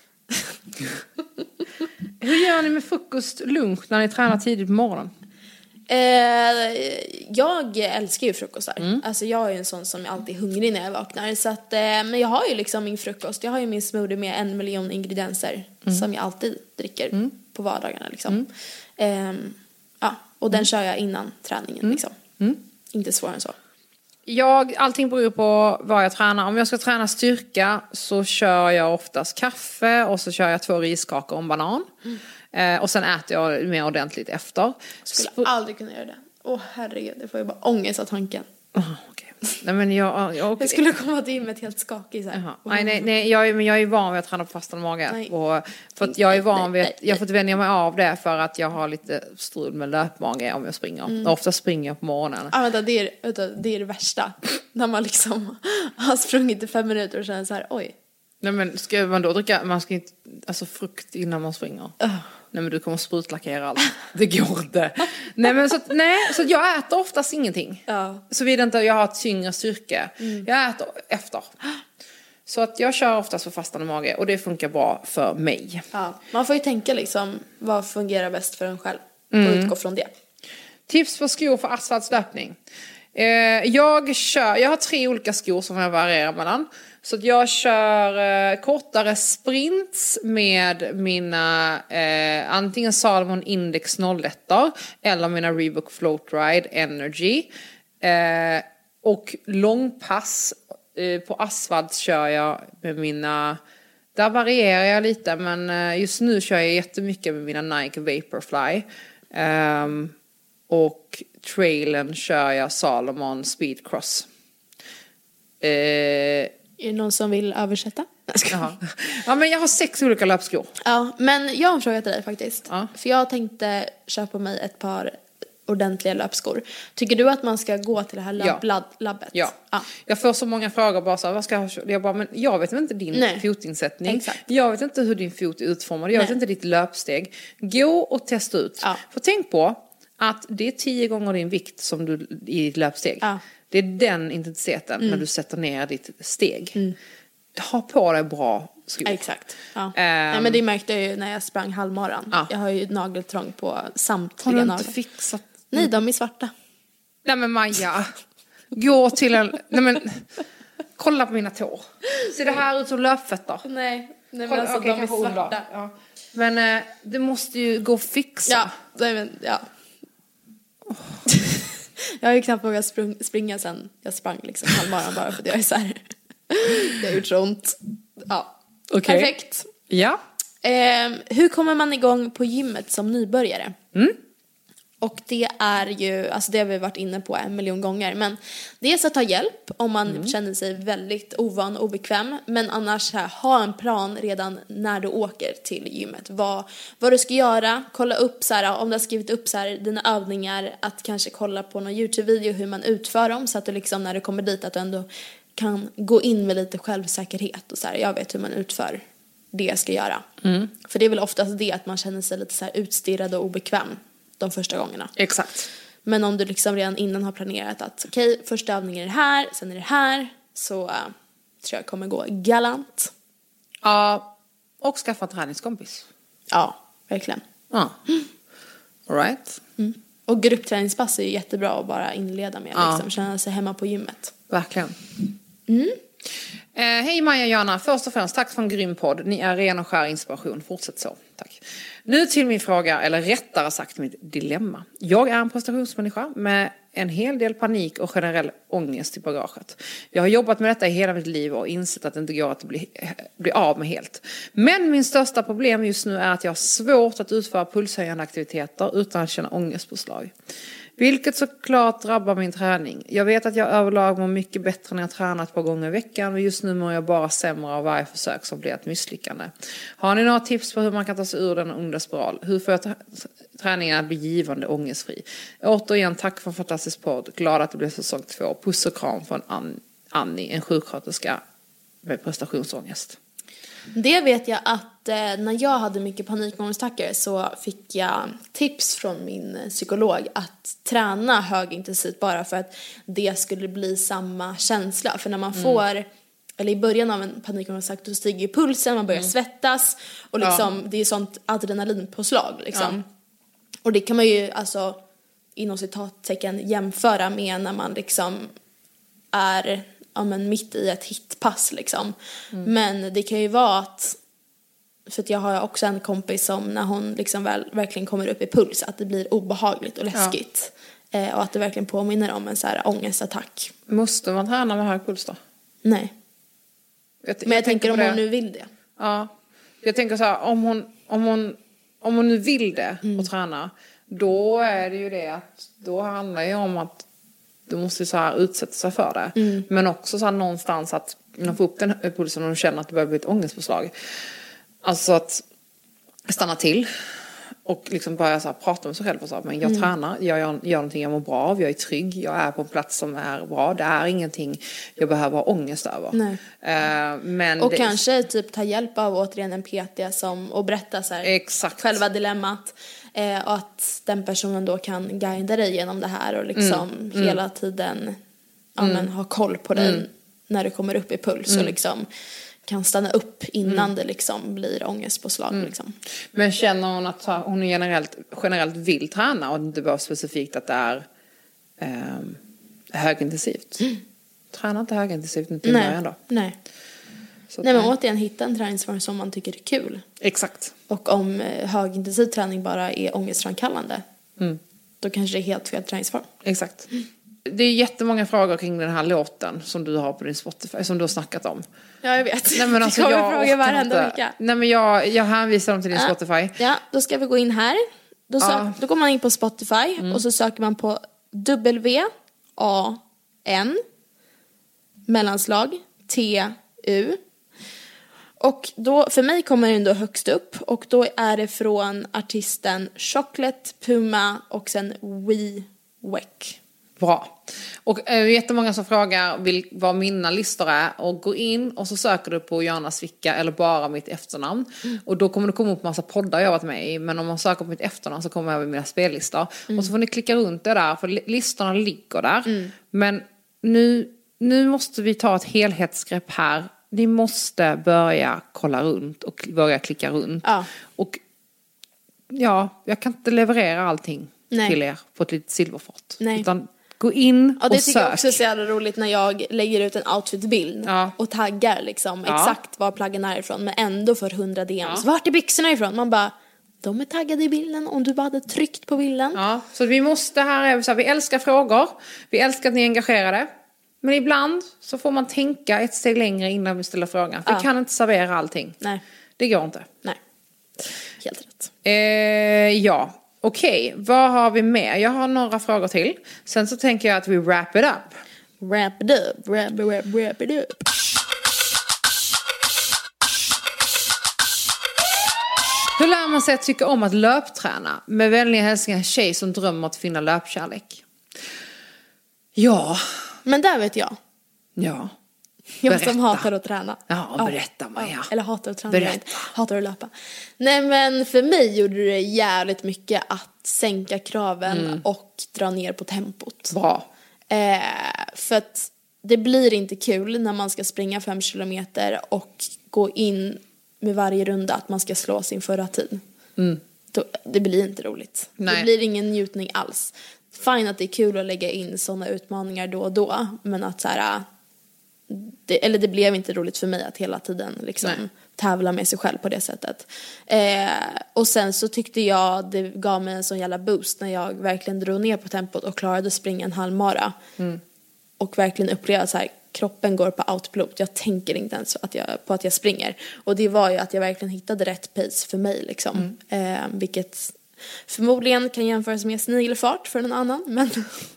Hur gör ni med frukost, lunch när ni tränar tidigt på morgonen? Eh, jag älskar ju frukostar. Mm. Alltså jag är en sån som alltid är hungrig när jag vaknar. Så att, eh, men jag har ju liksom min frukost. Jag har ju min smoothie med en miljon ingredienser mm. som jag alltid dricker mm. på vardagarna liksom. Mm. Eh, ja, och den mm. kör jag innan träningen mm. liksom. Mm. Inte svårare än så. Jag, allting beror på vad jag tränar. Om jag ska träna styrka så kör jag oftast kaffe och så kör jag två riskakor och en banan. Mm. Eh, och sen äter jag mer ordentligt efter. Jag skulle Sp- aldrig kunna göra det. Åh oh, herregud, det får ju bara ångest av tanken. Oh, okay. Nej, men jag, jag, jag skulle komma till med ett helt skakig så här. Uh-huh. Nej, nej, nej jag, men jag är van vid att träna på fastande mage. Och för att jag är van vid att jag får vänja mig av det för att jag har lite strul med löpmage om jag springer. Mm. Ofta springer jag på morgonen. Ja, vänta, det är, vänta, det är det värsta. När man liksom har sprungit i fem minuter och känner så här, oj. Nej, men ska man då dricka, man ska inte, alltså frukt innan man springer. Uh. Nej, men du kommer sprutlackera allt. Det går inte. nej, men så, att, nej, så att jag äter oftast ingenting. Ja. Så vid inte jag har ett tyngre styrka. Mm. Jag äter efter. Så att jag kör oftast för fastande mage. Och det funkar bra för mig. Ja. Man får ju tänka liksom, vad fungerar bäst för en själv. Och mm. utgå från det. Tips på skor för asfaltslöpning. Eh, jag, kör, jag har tre olika skor som jag varierar mellan. Så att jag kör eh, kortare sprints med mina eh, antingen Salomon Index noll ett eller mina Reebok Float Ride Energy. Eh, och långpass eh, på asfalt kör jag med mina... Där varierar jag lite, men eh, just nu kör jag jättemycket med mina Nike Vaporfly. Um, och trailen kör jag Salomon Speedcross. Eh, Är det någon som vill översätta? Jaha. Ja, men jag har sex olika löpskor. Ja, men jag har en fråga till dig faktiskt. Ja. För jag tänkte köpa mig ett par ordentliga löpskor. Tycker du att man ska gå till det här Ja. labb, labbet? Ja. ja. Jag får så många frågor bara så här, vad ska jag, jag bara, men jag vet inte din Nej. fotinsättning. Exakt. Jag vet inte hur din fot är utformad. Jag Nej. vet inte ditt löpsteg. Gå och testa ut. Ja. För tänk på att det är tio gånger din vikt som du i ditt löpsteg. Ja. Det är den intensiteten mm. när du sätter ner ditt steg. Mm. Ha på dig bra skor. Exakt. Ja. Um, Nej, men det märkte jag ju när jag sprang halvmaran. Ja. Jag har ju nageltrång på Har samtliga du inte naglar. fixat? Nej, de är svarta. Nej men Maja, gå till en... Nej men, kolla på mina tår. Ser det här ut som löpfötter? Nej, nej men Kolla, alltså okej, de är kanske svarta. onda. Ja. Men eh, det måste ju gå att fixa. Ja, nej, men, ja. Jag har ju knappt vågat sprung, springa sen jag sprang liksom halvmaran bara för att jag är så här. Det har gjort så ont. Ja, Okej. perfekt. Ja. Eh, hur kommer man igång på gymmet som nybörjare? Mm. Och det är ju, alltså det har vi varit inne på en miljon gånger. Men dels att ta hjälp om man mm. känner sig väldigt ovan och obekväm. Men annars här, ha en plan redan när du åker till gymmet. Vad, vad du ska göra, kolla upp så här, om du har skrivit upp så här, dina övningar. Att kanske kolla på någon YouTube-video hur man utför dem. Så att du liksom när du kommer dit att du ändå kan gå in med lite självsäkerhet. Och så här, jag vet hur man utför det jag ska göra. Mm. För det är väl oftast det att man känner sig lite så här utstirrad och obekväm de första gångerna. Exakt. Men om du liksom redan innan har planerat att okej, okay, första övningen är det här, sen är det här, så uh, tror jag kommer gå galant. Ja, och skaffa en träningskompis. Ja, verkligen. Ja. All right. Mm. Och gruppträningspass är ju jättebra att bara inleda med. Ja. Liksom, känna sig hemma på gymmet. Verkligen. Mm. Eh, hej Maja och Jana, först och främst tack för en grym podd. Ni är ren och skär inspiration, fortsätt så, tack. Nu till min fråga, eller rättare sagt mitt dilemma. Jag är en prestationsmänniska med en hel del panik och generell ångest i bagaget. Jag har jobbat med detta i hela mitt liv och insett att det inte går att bli, bli av med helt. Men min största problem just nu är att jag har svårt att utföra pulshöjande aktiviteter utan att känna ångestpåslag. Vilket såklart drabbar min träning. Jag vet att jag överlag mår mycket bättre när jag tränar ett par gånger i veckan. Men just nu mår jag bara sämre av varje försök som blir ett misslyckande. Har ni några tips på hur man kan ta sig ur den onda spiral? Hur får jag t- träningen att bli givande och ångestfri? Återigen, tack för en fantastisk podd. Glad att det blev säsong två. Puss och kram från Ann- Annie, en sjuksköterska med prestationsångest. Det vet jag att eh, när jag hade mycket panikångestattacker så fick jag tips från min psykolog att träna högintensivt bara för att det skulle bli samma känsla. För när man mm. får, eller i början av en panikångestattack då stiger ju pulsen, man börjar mm. svettas och liksom, ja. det är sånt adrenalinpåslag liksom. Ja. Och det kan man ju alltså inom citattecken jämföra med när man liksom är ja, men mitt i ett hitpass liksom. Mm. Men det kan ju vara att, för att jag har också en kompis som när hon liksom väl, verkligen kommer upp i puls att det blir obehagligt och läskigt. Ja. Eh, och att det verkligen påminner om en så här ångestattack. Måste man träna med hög puls då? Nej. Jag, jag Men jag tänker om det. hon nu vill det. Ja. Jag tänker så här, om hon, om hon, om hon nu vill det mm. och träna, då är det ju det att då handlar det ju om att du måste så här utsätta sig för det. Mm. Men också så här någonstans att man får upp den pulsen och du känner att det börjar bli ett ångestpåslag. Alltså att stanna till och liksom börja så här prata med sig själv och så här, men jag mm. tränar, jag gör, gör någonting jag mår bra av, jag är trygg, jag är på en plats som är bra, det är ingenting jag behöver ha ångest över. Nej. Uh, men och det... kanske typ ta hjälp av återigen en P T som, och berätta så här, exakt. Själva dilemmat. Eh, och att den personen då kan guida dig genom det här och liksom mm. hela mm. tiden ja, men, ha koll på dig mm. när du kommer upp i puls mm. och liksom kan stanna upp innan mm. det liksom blir ångestpåslag. Mm. Liksom. Men känner hon att hon generellt, generellt vill träna och inte bara specifikt att det är eh, högintensivt? Mm. Träna inte högintensivt inte i början då? Nej. Så Nej, men återigen hitta en träningsform som man tycker är kul. Exakt. Och om eh, högintensiv träning bara är ångestframkallande, mm. då kanske det är helt fel träningsform. Exakt. Mm. Det är jättemånga frågor kring den här låten som du har på din Spotify, som du har snackat om. Ja, jag vet. Nej, men alltså, det kommer frågor varenda vecka. Nej, men jag, jag hänvisar dem till din ja. Spotify. Ja, då ska vi gå in här. Då, sök, ja. då går man in på Spotify mm. och så söker man på W A N mellanslag T U. Och då, för mig kommer den då högst upp. Och då är det från artisten Chocolate Puma och sen We Weck. Bra. Och äh, jättemånga som frågar vill, vad mina listor är. Och gå in och så söker du på Johanna Svicka eller bara mitt efternamn. Mm. Och då kommer det komma upp massa poddar jag har varit med i. Men om man söker på mitt efternamn så kommer jag över mina spellistor. Mm. Och så får ni klicka runt det där, för listorna ligger där. Mm. Men nu, nu måste vi ta ett helhetsgrepp här. Ni måste börja kolla runt och börja klicka runt. Ja. Och ja, jag kan inte leverera allting Nej. till er på ett litet silverfat. Nej. Utan gå in ja, det och sök. tycker jag också är så jävla roligt när jag lägger ut en outfitbild ja. och taggar liksom ja. exakt var plaggen är ifrån. Men ändå för hundra D M's. Ja. Vart är byxorna ifrån? Man bara, de är taggade i bilden om du bara hade tryckt på bilden. Ja, så vi måste här, så här, vi älskar frågor. Vi älskar att ni är engagerade. Men ibland så får man tänka ett steg längre innan vi ställer frågan. För ja. vi kan inte servera allting. Nej. Det går inte. Nej, helt rätt. Eh, ja, okej. Okay. Vad har vi med? Jag har några frågor till. Sen så tänker jag att vi wrap it up. Wrap it up, wrap, wrap, wrap it up. Hur lär man sig att tycka om att löpträna? Med vänliga hälsningar, tjej som drömmer att finna löpkärlek. Ja... Men där vet jag. Ja. Jag berätta. som hatar att träna. Ja, berätta Maja. Ja. Eller hatar att träna. Berätta. Hatar att löpa. Nej, men för mig gjorde det jävligt mycket att sänka kraven mm. och dra ner på tempot. Bra. Eh, för att det blir inte kul när man ska springa fem kilometer och gå in med varje runda att man ska slå sin förra tid. Mm. Då, det blir inte roligt. Nej. Det blir ingen njutning alls. Fine att det är kul att lägga in sådana utmaningar då och då. Men att så här, det, eller det blev inte roligt för mig att hela tiden liksom tävla med sig själv på det sättet. Eh, och sen så tyckte jag det gav mig en sån jävla boost när jag verkligen drog ner på tempot och klarade att springa en halvmara. Mm. Och verkligen upplevde så här, kroppen går på autopilot. Jag tänker inte ens att jag, på att jag springer. Och det var ju att jag verkligen hittade rätt pace för mig liksom. Mm. Eh, vilket... Förmodligen kan jämföras med snigelfart för någon annan. Men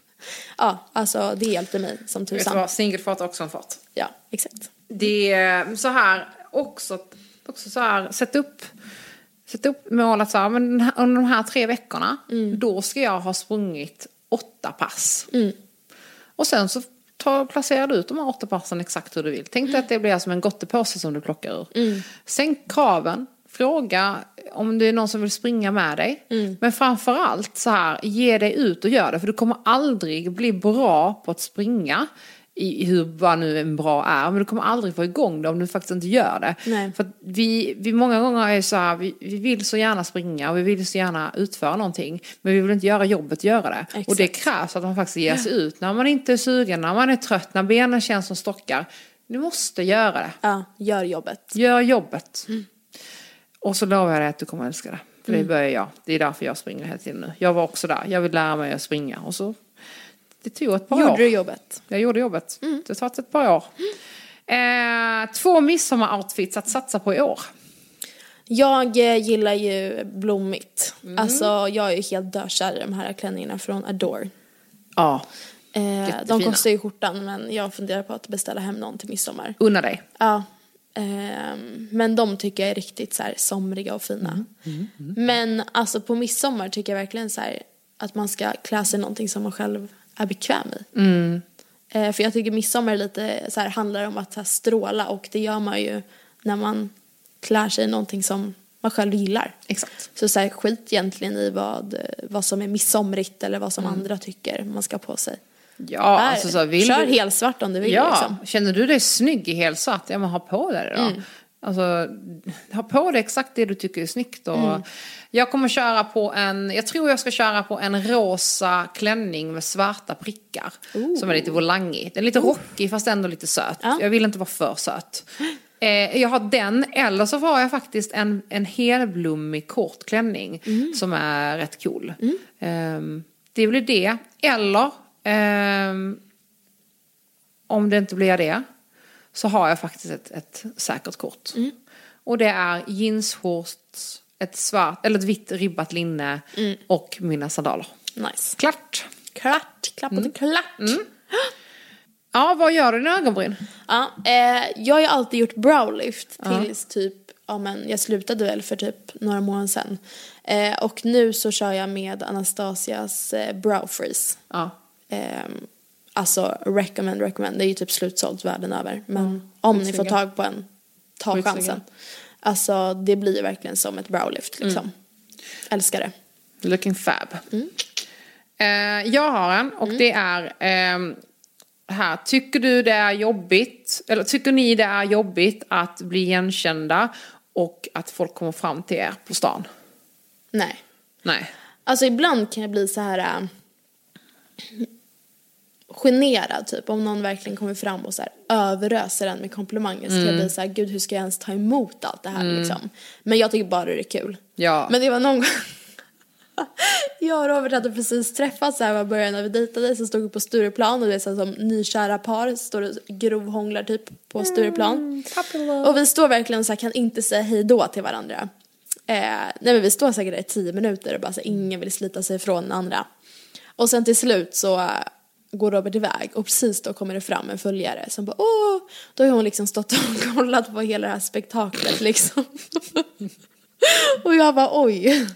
ja, alltså det hjälpte mig som tusan. Vet du vad, snigelfart är också en fart. Ja, exakt. Det är så här också, också så här, sätt upp, sätt upp målet så här, men under de här tre veckorna, mm. då ska jag ha sprungit åtta pass. Mm. Och sen så ta, placerar du ut de här åtta passen exakt hur du vill. Tänk dig mm. att det blir som en gottepåse som du plockar ur. Mm. Sänk kraven. Fråga om det är någon som vill springa med dig. Mm. Men framförallt så här, ge dig ut och gör det. För du kommer aldrig bli bra på att springa i hur vad nu en bra är. Men du kommer aldrig få igång det om du faktiskt inte gör det. Nej. För att vi, vi många gånger är så här, vi, vi vill så gärna springa och vi vill så gärna utföra någonting. Men vi vill inte göra jobbet, göra det. Exakt. Och det krävs att man faktiskt ger sig ut. När man inte är sugen, när man är trött, när benen känns som stockar. Du måste göra det. Ja, gör jobbet. Gör jobbet. Mm. Och så lovar jag dig att du kommer älska det. För mm. det börjar jag. Det är därför jag springer hela tiden nu. Jag var också där. Jag vill lära mig att springa. Och så, det tog ett par gjorde år. Gjorde du jobbet? Jag gjorde jobbet. Mm. Det har tagit ett par år. Mm. Eh, två midsommar-outfits att satsa på i år. Jag eh, gillar ju blommigt. Mm. Alltså jag är ju helt dökär i de här klänningarna från Adore. Ja. Eh, de kostar ju skjortan, men jag funderar på att beställa hem någon till midsommar. Unna dig. Ja. Men de tycker jag är riktigt så här somriga och fina. Mm, mm, mm. Men alltså på midsommar tycker jag verkligen så här att man ska klä sig någonting som man själv är bekväm i. Mm. För jag tycker midsommar lite så här handlar om att så här stråla, och det gör man ju när man klär sig någonting som man själv gillar. Exakt. Så, så här, skit egentligen i vad, vad som är midsomrigt eller vad som mm. andra tycker man ska på sig. Ja, Här, alltså så vill kör du... helt svart om du vill. Ja, liksom. känner du dig snygg i helt svart? Ja, men ha på dig det då. Mm. Alltså, ha på dig exakt det du tycker är snyggt. Och mm. Jag kommer köra på en, jag tror jag ska köra på en rosa klänning med svarta prickar. Ooh. Som är lite volangig. Den är lite rockig fast ändå lite söt. Ja. Jag vill inte vara för söt. Eh, jag har den, eller så har jag faktiskt en, en helblommig kort klänning mm. som är rätt cool. Mm. Eh, det blir det. Eller eh, om det inte blir det så har jag faktiskt ett, ett säkert kort. Mm. Och det är jeansshorts, ett svart eller ett vitt ribbat linne mm. och mina sandaler. Nice. Klart. Klart. Klappat mm. klart. Mm. Ja, vad gör du i dina ögonbryn? Ja, eh, jag har ju alltid gjort browlift tills ja. typ, ja men jag slutade väl för typ några månader sedan. Eh, och nu så kör jag med Anastasias eh, brow freeze. Ja. Eh, alltså recommend, recommend. Det är ju typ slutsålt världen över. Men mm. om ni får tag på en, ta Skitsliga. chansen. Alltså det blir verkligen som ett browlift liksom. Mm. Älskar det. Looking fab. Mm. Eh, jag har en och mm. det är... Eh, här, tycker du det är jobbigt eller tycker ni det är jobbigt att bli igenkända och att folk kommer fram till er på stan? Nej. Nej. Alltså ibland kan jag bli så här äh, generad typ om någon verkligen kommer fram och så här överöser en med komplimanger så mm. jag blir så här, gud hur ska jag ens ta emot allt det här mm. liksom. Men jag tycker bara det är kul. Ja. Men det var någon gång jag och Robert hade precis träffats här i början när vi dejtade, så stod vi på Stureplan och det är så som nykära par står och grovhånglar typ på Stureplan. Mm, och vi står verkligen så här, kan inte säga hej då till varandra. Eh, nej men vi står säkert där i tio minuter och bara så här, ingen vill slita sig ifrån den andra. Och sen till slut så uh, går Robert iväg och precis då kommer det fram en följare som bara åh, då har hon liksom stått och kollat på hela det här spektaklet liksom. Och jag bara oj.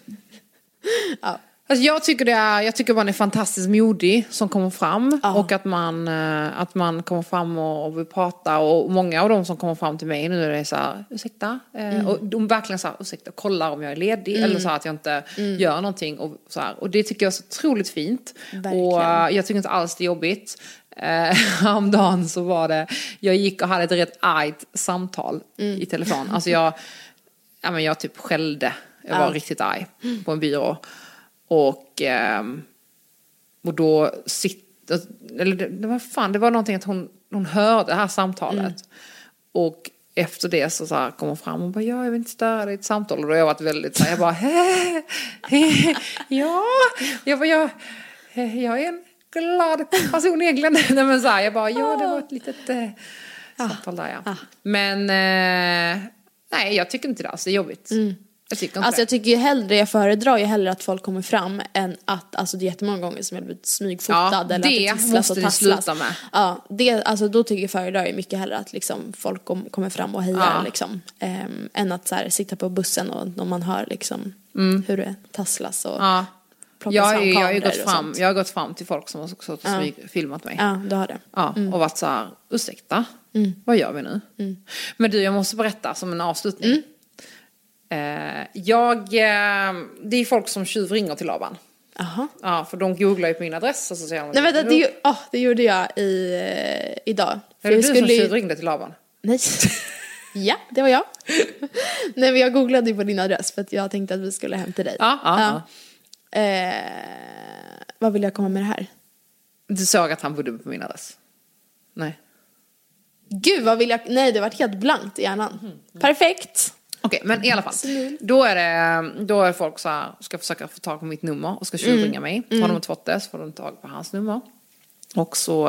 Ja. Alltså jag tycker det är, jag tycker man är fantastiskt modig som kommer fram ja. och att man att man kommer fram och, och vill prata, och många av dem som kommer fram till mig nu är det så här, ursäkta mm. och de verkligen så här, ursäkta, kollar om jag är ledig mm. eller så här, att jag inte mm. gör någonting och så här, och det tycker jag är så otroligt fint. Verkligen. Och jag tycker inte alls det är jobbigt. Eh, häromdagen så var det, jag gick och hade ett rätt argt samtal mm. i telefon. Alltså jag ja men jag typ skällde. Jag var ja. riktigt arg på en byrå. Och, um, och då sitter... Eller det, det var fan, det var någonting att hon, hon hörde det här samtalet. Mm. Och efter det så, så här, kom hon fram och bara, ja, jag vill inte störa dig i ett samtal. Och då har jag varit väldigt så här, jag bara, he, he, ja. Jag bara, jag, jag är en glad person egentligen. Nej, men så här, jag bara, ja, det var ett litet eh, samtal där, ja. Ah. Men, eh, nej, jag tycker inte det alls, det är jobbigt. Mm. Jag tycker inte alltså det. Jag tycker ju hellre, jag föredrar ju hellre att folk kommer fram än att, alltså det är jättemånga gånger som jag blivit smygfotad ja, eller det att det tisslas måste och vi tasslas. Sluta med. Ja, det, alltså då tycker jag föredrar ju mycket hellre att liksom folk kom, kommer fram och hejar ja. liksom, ähm, än att så här, sitta på bussen och när man hör liksom mm. hur det tasslas och ja. plockas jag, fram jag, jag, kameror gått fram, jag har gått fram till folk som har så, så, ja. filmat mig. Ja, du har det. Ja, mm. och varit så här, ursäkta, mm. vad gör vi nu? Mm. Men du, jag måste berätta som en avslutning. Mm. Uh, jag, uh, det är folk som tjuvringer till Laban. Aha. Ja, för de googlar ju på min adress och så säger de. Nej, vänta, det, oh, det gjorde jag i, uh, idag. Är det du skulle... som tjuvringde till Laban? Nej, ja, det var jag. Nej, men jag googlade ju på din adress för att jag tänkte att vi skulle hem till dig. Ja, ja, ja. Uh, vad vill jag komma med det här? Du såg att han bodde på min adress? Nej. Gud, vad vill jag... Nej, det var helt blankt i hjärnan. Mm. Mm. Perfekt. Okej, okay, men i alla fall. Då är det, då är folk så här, ska försöka få tag på mitt nummer och ska tjuvringa mm. mig. Mm. Har de inte fått det så får de tag på hans nummer. Och så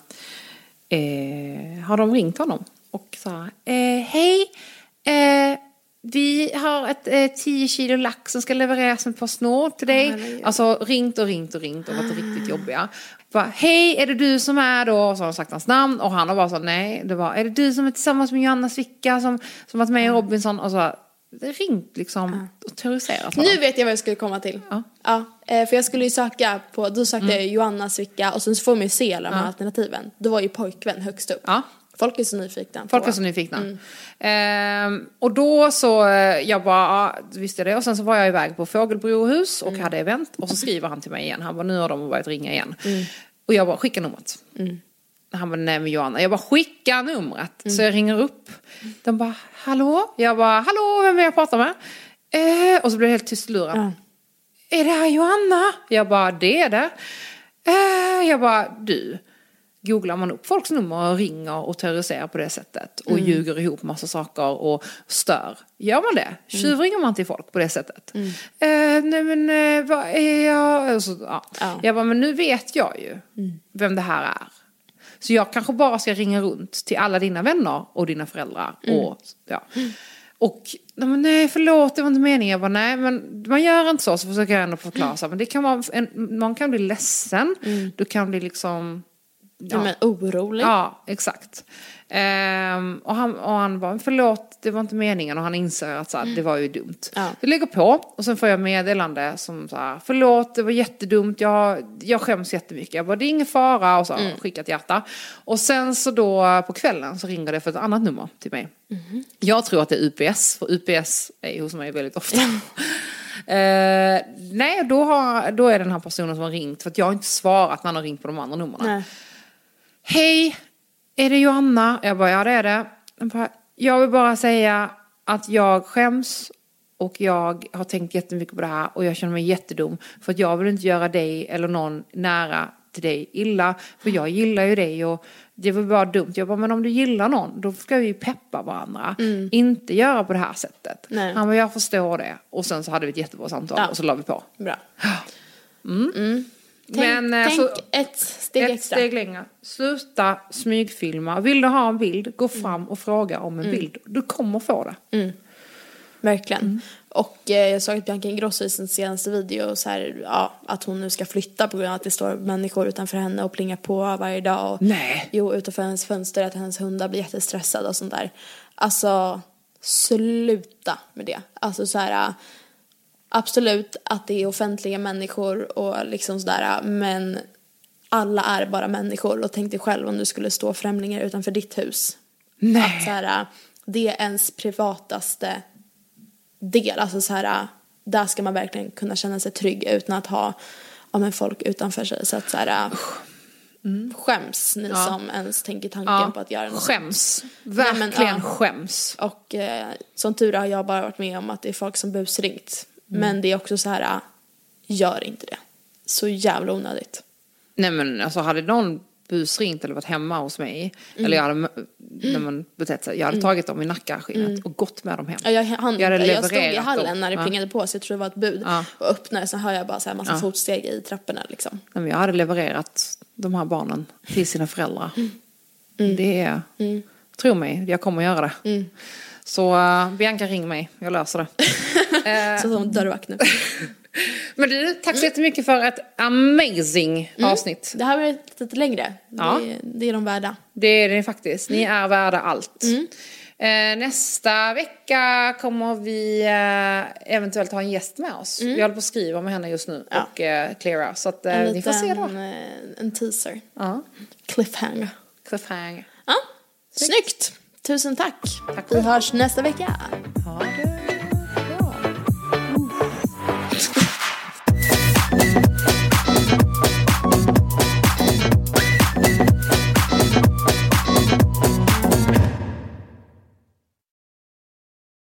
eh, har de ringt honom och sa eh, hej, eh, vi har ett eh, tio kilo lax som ska levereras med Postnord till dig. Ah, alltså ringt och ringt och ringt och varit ah. riktigt jobbiga. Bara, hej, är det du som är då? Och så har de sagt hans namn. Och han har bara så, nej. Det var, är det du som är tillsammans med Johanna Svicka som, som varit med i Robinson? Och så, det ringt liksom ah. och terroriserat. Nu vet jag vad jag skulle komma till. Ja. Ja, för jag skulle ju söka på, då sökte mm. jag Johanna Svicka. Och sen så får man ju se alla de här ja. alternativen. Då var ju pojkvän högst upp. Ja. Folk är så nyfikna. Folk är så nyfikna. Mm. Ehm, och då så, jag bara, ja, visste jag det. Och sen så var jag iväg på Fågelbrohus och mm. hade event. Och så skriver han till mig igen. Han bara, nu har de börjat ringa igen. Mm. Och jag bara, skicka numret. Mm. Han bara, nej men Johanna. Jag bara, skicka numret. Mm. Så jag ringer upp. De bara, hallå? Jag bara, hallå, vem är jag pratar med? Eh, och så blir det helt tyst i luren. Mm. Är det här Johanna? Jag bara, det är det. Eh, jag bara, du. Googlar man upp folks nummer och ringer och terroriserar på det sättet. Och mm. ljuger ihop massa saker och stör. Gör man det? Tjuvringer man till folk på det sättet? Mm. Eh, nej men, eh, vad är jag? Så, ja. Ja. Jag bara, men nu vet jag ju mm. vem det här är. Så jag kanske bara ska ringa runt till alla dina vänner och dina föräldrar. Mm. Och, ja. Och nej, men nej, förlåt, det var inte meningen. Jag bara, nej, men man gör inte så. Så försöker jag ändå förklara sig. Men det kan vara, en, man kan bli ledsen. Mm. Du kan bli liksom... Ja, men orolig. Ja, exakt. Ehm, och, han, och han bara, förlåt, det var inte meningen. Och han inser att så här, det var ju dumt. Ja. Det lägger på. Och sen får jag meddelande som så här, förlåt, det var jättedumt. Jag, jag skäms jättemycket. Jag bara, det är ingen fara. Och så mm. skickat hjärta. Och sen så då på kvällen så ringer det för ett annat nummer till mig. Mm. Jag tror att det är U P S. För U P S är hos mig väldigt ofta. Uh, nej, då, har, då är den här personen som har ringt. För att jag har inte svarat när han har ringt på de andra nummerna. Nej. Hej, är det Johanna? Jag bara, ja det är det. Jag, bara, jag vill bara säga att jag skäms och jag har tänkt jättemycket på det här och jag känner mig jättedum för att jag vill inte göra dig eller någon nära till dig illa, för jag gillar ju dig och det var bara dumt. Jag bara, men om du gillar någon, då ska vi ju peppa varandra. Mm. Inte göra på det här sättet. Nej. Han bara, jag förstår det. Och sen så hade vi ett jättebra samtal ja. Och så la vi på. Bra. Mm. Mm. Tänk, men, tänk så, ett steg ett extra. steg längre. Sluta smygfilma. Vill du ha en bild, gå fram mm. och fråga om en mm. bild. Du kommer få det. Mm. Verkligen. Mm. Och eh, jag såg att Bianca Ingrosso i sin senaste video så här, ja, att hon nu ska flytta på grund av att det står människor utanför henne och plingar på varje dag. Och, Nej. Jo, utanför hennes fönster att hennes hundar blir jättestressade och sånt där. Alltså, sluta med det. Alltså så här, absolut att det är offentliga människor och liksom sådär, men alla är bara människor. Och tänk dig själv om du skulle stå främlingar utanför ditt hus. Nej. Att så här, det är ens privataste del, alltså så här, där ska man verkligen kunna känna sig trygg utan att ha ja, men folk utanför sig, så att så här, mm. skäms ni ja. Som ens tänker tanken ja. På att göra något. Skäms, verkligen. Nej, men, ja. Skäms. Och eh, som tur har jag bara varit med om att det är folk som busringt, mm. men det är också så här, gör inte det, så jävla onödigt. Nej men alltså hade någon busringt eller varit hemma hos mig mm. eller jag hade, när man betett sig, jag hade mm. tagit dem i nackaskinnet mm. och gått med dem hem. Ja, jag, han, jag, hade jag stod i hallen dem. när det plingade ja. På, så jag tror det var ett bud ja. Och öppnade, så hör jag bara så här massa ja. Fotsteg i trapporna liksom. Nej, men jag hade levererat de här barnen till sina föräldrar. Mm. Mm. Det är mm. tro mig, jag kommer att göra det. Mm. Så uh, Bianca, ring mig, jag löser det. Så som dörrvakt nu. Men du, tack så jättemycket för ett amazing mm. avsnitt. Det här var lite längre. Ja. Det, det är de värda. Det är det faktiskt. Ni är värda allt. Mm. Eh, nästa vecka kommer vi eh, eventuellt ha en gäst med oss. Mm. Vi håller på att skriva med henne just nu. Ja. Och eh, cleara. Så att eh, ni får se då. En, en teaser. Ja. Cliffhanger. Cliffhanger. Ja. Snyggt. Tusen tack. Tack. Vi hörs nästa vecka. Ha det.